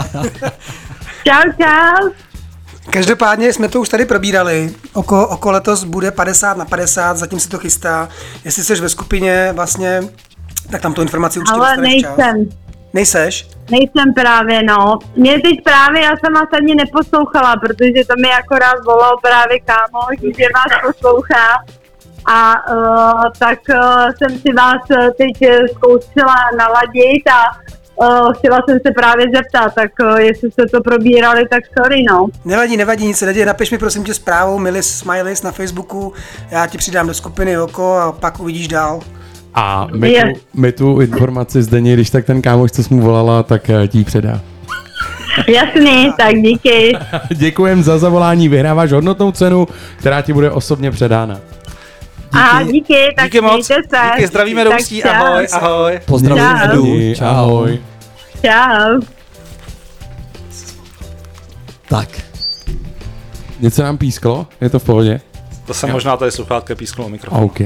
Čau. Každopádně jsme to už tady probírali, oko letos bude 50/50, zatím se to chystá. Jestli jsi ve skupině vlastně, tak tam tu informaci určitě dostaneš včas. Ale nejsem. Nejseš? Nejsem právě, no. Mě teď právě, já jsem vás ani neposlouchala, protože to mi akorát volal právě kámoš, že vás poslouchá. A tak jsem si vás teď zkoušela naladit a chtěla jsem se právě zeptat, tak jestli jste to probírali, tak sorry, no. Nevadí, nic se neděje, napiš mi prosím tě zprávou Milis Smileys na Facebooku, já ti přidám do skupiny Oko a pak uvidíš dál. A my tu informaci Zdeni, když tak ten kámoš, co jsi mu volala, tak ti ji předá. Jasný, tak díky. Děkujem za zavolání, vyhráváš hodnotnou cenu, která ti bude osobně předána. Aha, díky, tak díky moc. Díky, zdravíme do Ústí, ahoj. Pozdravím Edu, ahoj. Čau. Tak. Něco nám písklo? Je to v pohodě? To jsem možná tady sluchátko písknul mikrofon. OK.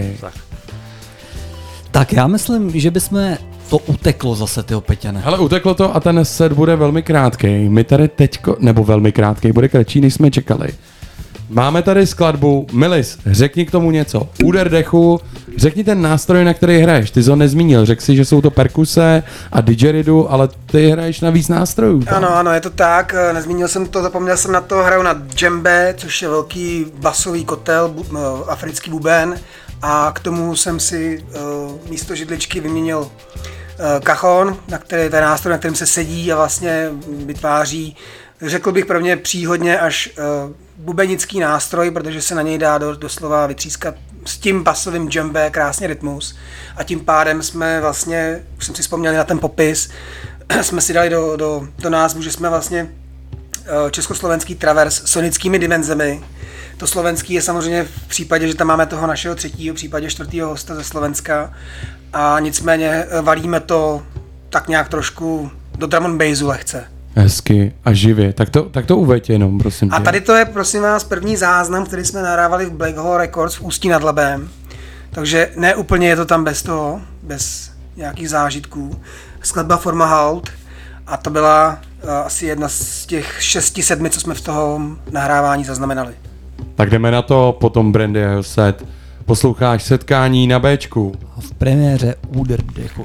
Tak já myslím, že bychom to uteklo zase, tyho Peťane. Hele, uteklo to a ten set bude velmi krátkej. My tady teďko, nebo velmi krátkej, bude kratší, než jsme čekali. Máme tady skladbu. Milis, řekni k tomu něco. Úder dechu, řekni ten nástroj, na který hraješ. Ty jsi ho nezmínil, řekl si, že jsou to perkuse a didgeridoo, ale ty hraješ na víc nástrojů. Tam. Ano, je to tak, nezmínil jsem to, zapomněl jsem na to, hraju na džembe, což je velký basový kotel, africký buben, a k tomu jsem si místo židličky vyměnil cajon, to je nástroj, na kterém se sedí a vlastně vytváří, řekl bych pro mě příhodně až bubenický nástroj, protože se na něj dá doslova vytřískat s tím basovým džembe krásně rytmus, a tím pádem jsme vlastně, už jsem si vzpomněl na ten popis, jsme si dali do názvu, že jsme vlastně československý travers s sonickými dimenzemi. To slovenský je samozřejmě v případě, že tam máme toho našeho třetího, v případě čtvrtého hosta ze Slovenska, a nicméně valíme to tak nějak trošku do drum and bassu lehce. Hezky a živě, tak to uveď jenom, prosím tě. A tady to je, prosím vás, první záznam, který jsme nahrávali v Black Hole Records v Ústí nad Labem, takže ne úplně je to tam bez toho, bez nějakých zážitků. Skladba Forma Halt, a to byla asi jedna z těch 6-7, co jsme v toho nahrávání zaznamenali. Tak jdeme na to, potom Brandy a jeho set. Posloucháš Setkání na Bčku. A v premiéře Úder dechu.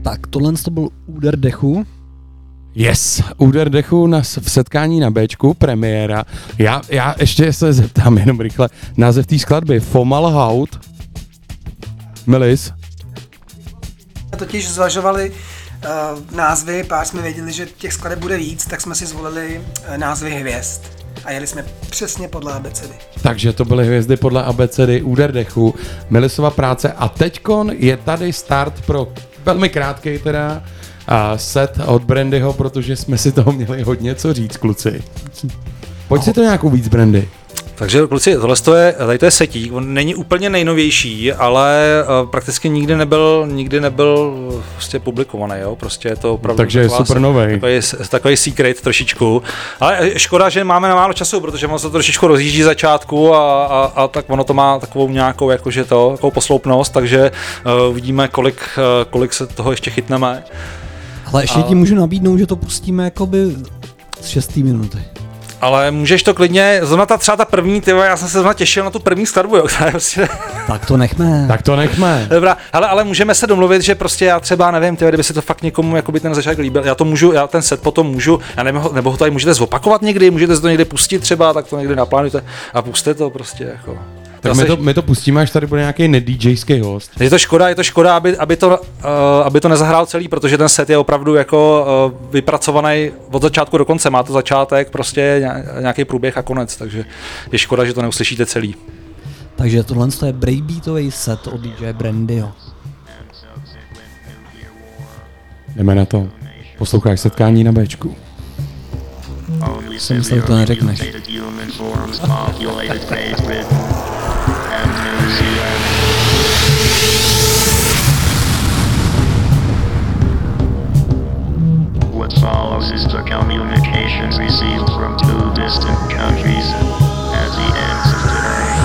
Tak, tohle to byl úder dechu. Yes, úder dechu v setkání na Bčku, premiéra. Já ještě se zeptám jenom rychle. Název té skladby Fomalhaut. Melis? Totiž zvažovali názvy, pár jsme věděli, že těch skladeb bude víc, tak jsme si zvolili názvy hvězd. A jeli jsme přesně podle abecedy. Takže to byly hvězdy podle abecedy, úder dechu, Melisova práce a teďkon je tady start pro velmi krátkej teda set od Brandyho, protože jsme si toho měli hodně co říct, kluci. Pojď si to nějakou víc, Brandy. Takže kluci, tady to je setík, on není úplně nejnovější, ale prakticky nikdy nebyl prostě publikovaný, jo, prostě je to opravdu takže je super novej. Takový secret trošičku, ale škoda, že máme na málo času, protože ono se to trošičku rozjíždí začátku a tak ono to má takovou nějakou jakože takovou posloupnost, takže uvidíme, kolik se toho ještě chytneme. Ale ještě ti můžu nabídnout, že to pustíme jakoby z 6. minuty. Ale můžeš to klidně, třeba ta první, já jsem se zrovna těšil na tu první skladbu, jo, Tak to nechme. Dobrá, ale můžeme se domluvit, že prostě já třeba nevím, kdyby se to fakt někomu jakoby ten začátek líbil, já ten set potom můžu, já nevím, nebo ho tady můžete zopakovat někdy, můžete se to někdy pustit třeba, tak to někdy naplánujte a pusťte to prostě jako. Tak my to pustíme, až tady bude nějaký ne-DJský host. Je to škoda, aby to nezahrál celý, protože ten set je opravdu jako vypracovaný od začátku do konce. Má to začátek, prostě nějaký průběh a konec, takže je škoda, že to neuslyšíte celý. Takže tohle je breakbeatový set od DJ Brandyho. Jdeme na to. Posloucháš setkání na Bčku. Jsem myslel, že to neřekneš. What follows is the communications received from two distant countries at the ends of the earth.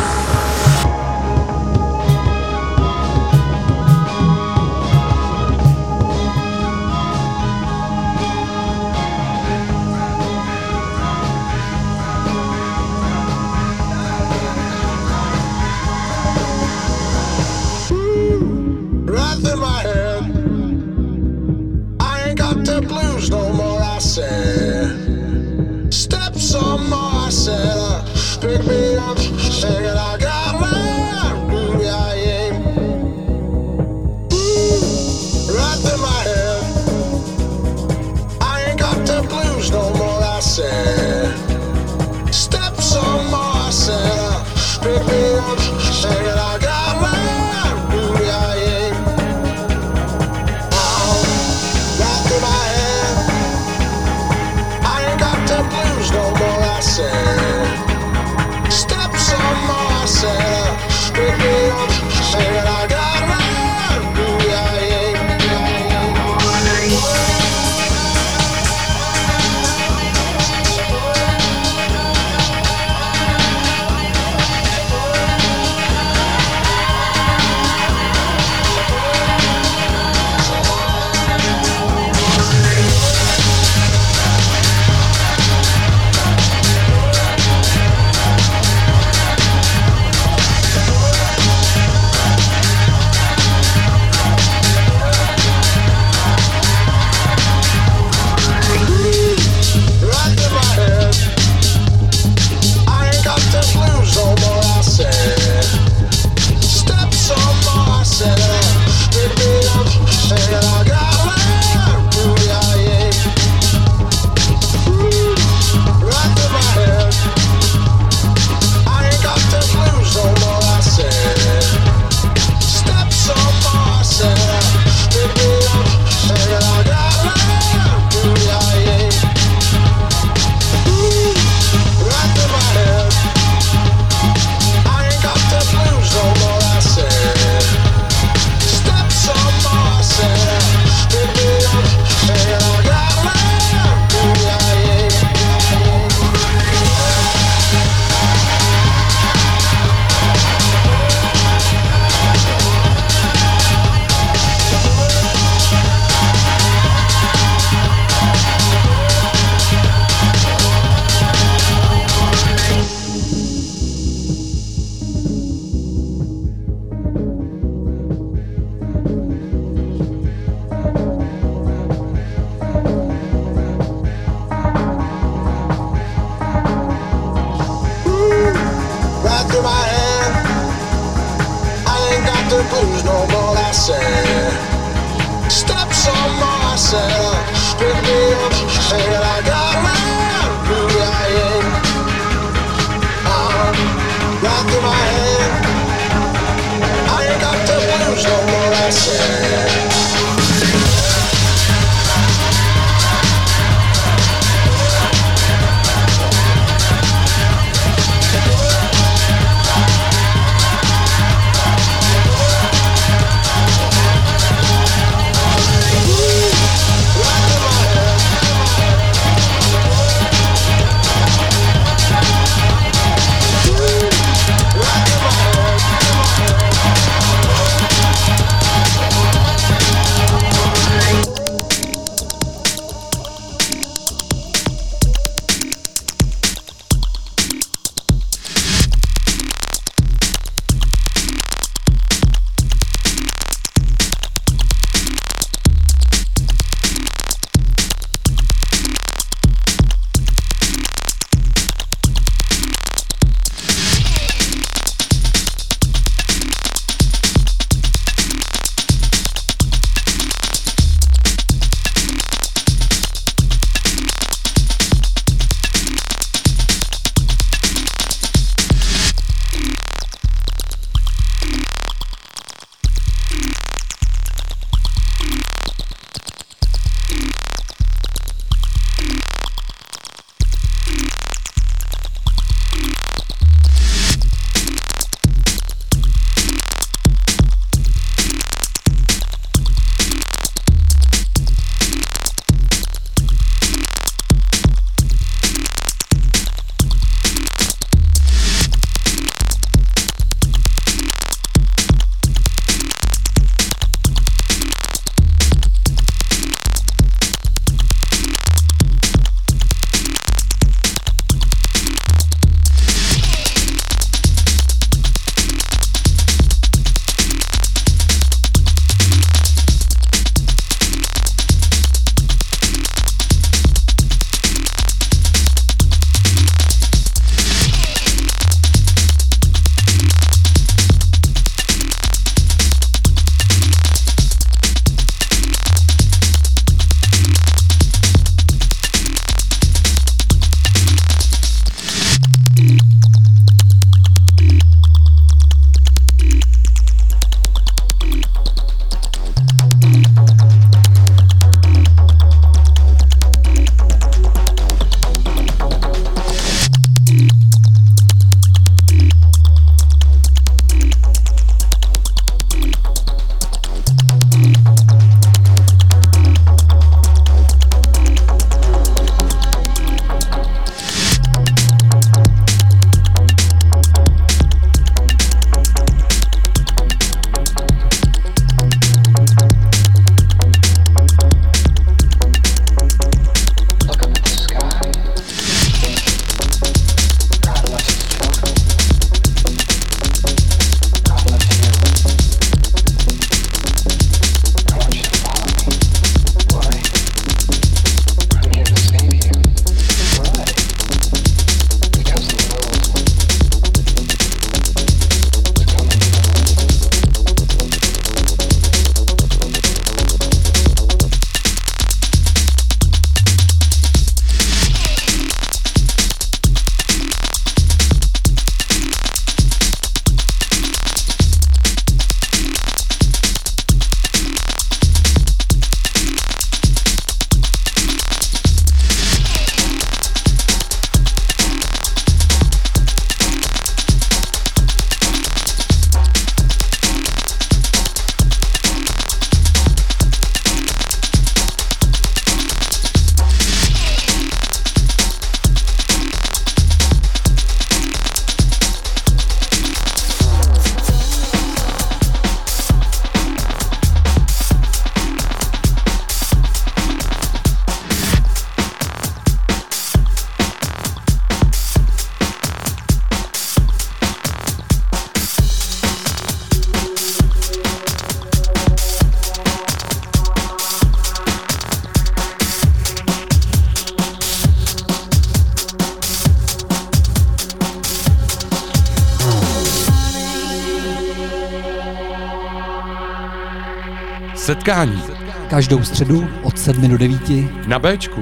setkání. Každou středu od 7 do 9. Na Bčku.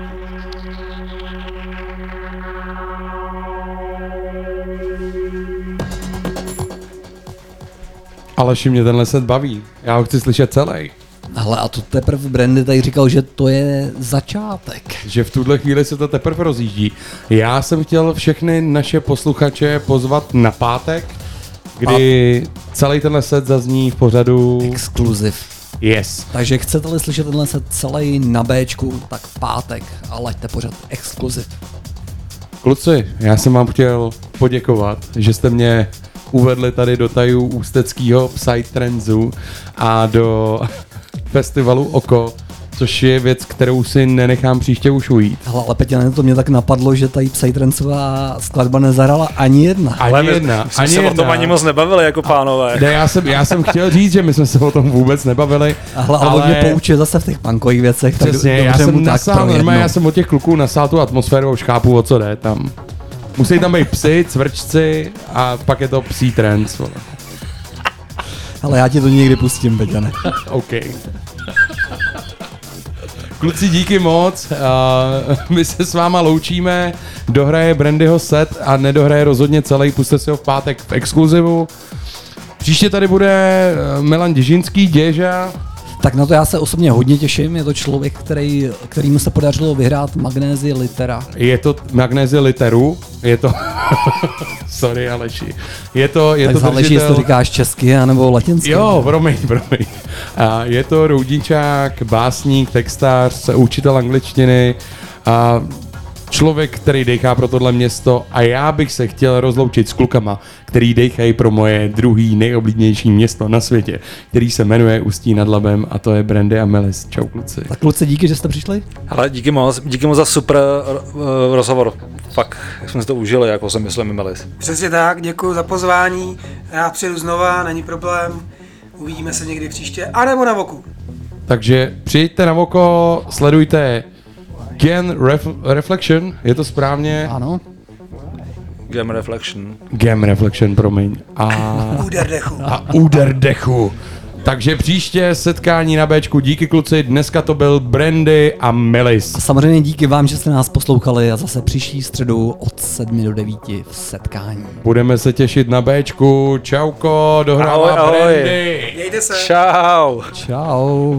Aleši, mě tenhle set baví. Já ho chci slyšet celý. Hele, a to teprve Brandy tady říkal, že to je začátek. Že v tuhle chvíli se to teprve rozjíždí. Já jsem chtěl všechny naše posluchače pozvat na pátek, kdy celý tenhle set zazní v pořadu Exkluziv. Yes. Takže chcete-li slyšet tenhle set celý na Bčku, tak v pátek a laďte pořád Exkluziv. Kluci, já jsem vám chtěl poděkovat, že jste mě uvedli tady do tajů ústeckého Psytransu a do festivalu Oko, což je věc, kterou si nenechám příště už ujít. Hele, ale Peťa, to mě tak napadlo, že tady Psytrancová skladba nezahrala ani jedna. Ani jedna. My jsme se o tom ani moc nebavili jako pánové. Ne, já jsem chtěl říct, že my jsme se o tom vůbec nebavili. Ale mě poučil zase v těch punkových věcech. Přesně, tak já jsem mu tak nasál, normálně já jsem od těch kluků nasál tu atmosféru a už chápu, o co jde tam. Musí tam být psi, cvrčci a pak je to psí trance. Ale já ti to někdy pustím, Peťane. OK. Kluci, díky moc. My se s váma loučíme. Dohraje Brandyho set a nedohraje rozhodně celý. Puste si ho v pátek v exkluzivu. Příště tady bude Milan Děžinský, Děža. Tak na to já se osobně hodně těším. Je to člověk, kterýmu se podařilo vyhrát Magnézii Litera. Je to Magnézii Literu. Je to... Sorry, Aleši. Je to tak záleží, jestli to říkáš česky anebo latinsky. Jo, promiň. Je to roudničák, básník, textář, učitel angličtiny. Člověk, který dejchá pro tohle město a já bych se chtěl rozloučit s klukama, který dejchají pro moje druhý nejoblíbenější město na světě, který se jmenuje Ústí nad Labem a to je Brandy a Melis. Čau kluci. Tak kluci, díky, že jste přišli. Hele, díky moc za super rozhovor. Fakt jsme si to užili, jako jsem myslel Melis. Přesně tak, děkuji za pozvání, rád přijdu znova, není problém, uvidíme se někdy příště, anebo na Voku. Takže přijďte na Voko, sledujte Gen Reflection, je to správně? Ano. Game Reflection, promiň. A Úderdechu. Takže příště setkání na Bčku. Díky kluci, dneska to byl Brandy a Melis. A samozřejmě díky vám, že jste nás poslouchali a zase příští středu od 7 do 9 v setkání. Budeme se těšit na Bčku. Čauko, dohrává ahoj. Brandy. Mějte se. Čau. Čau.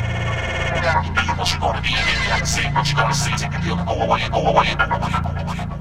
What you gonna be in, yeah, see what you gonna see, take a deal, go away, go away, go away, go away.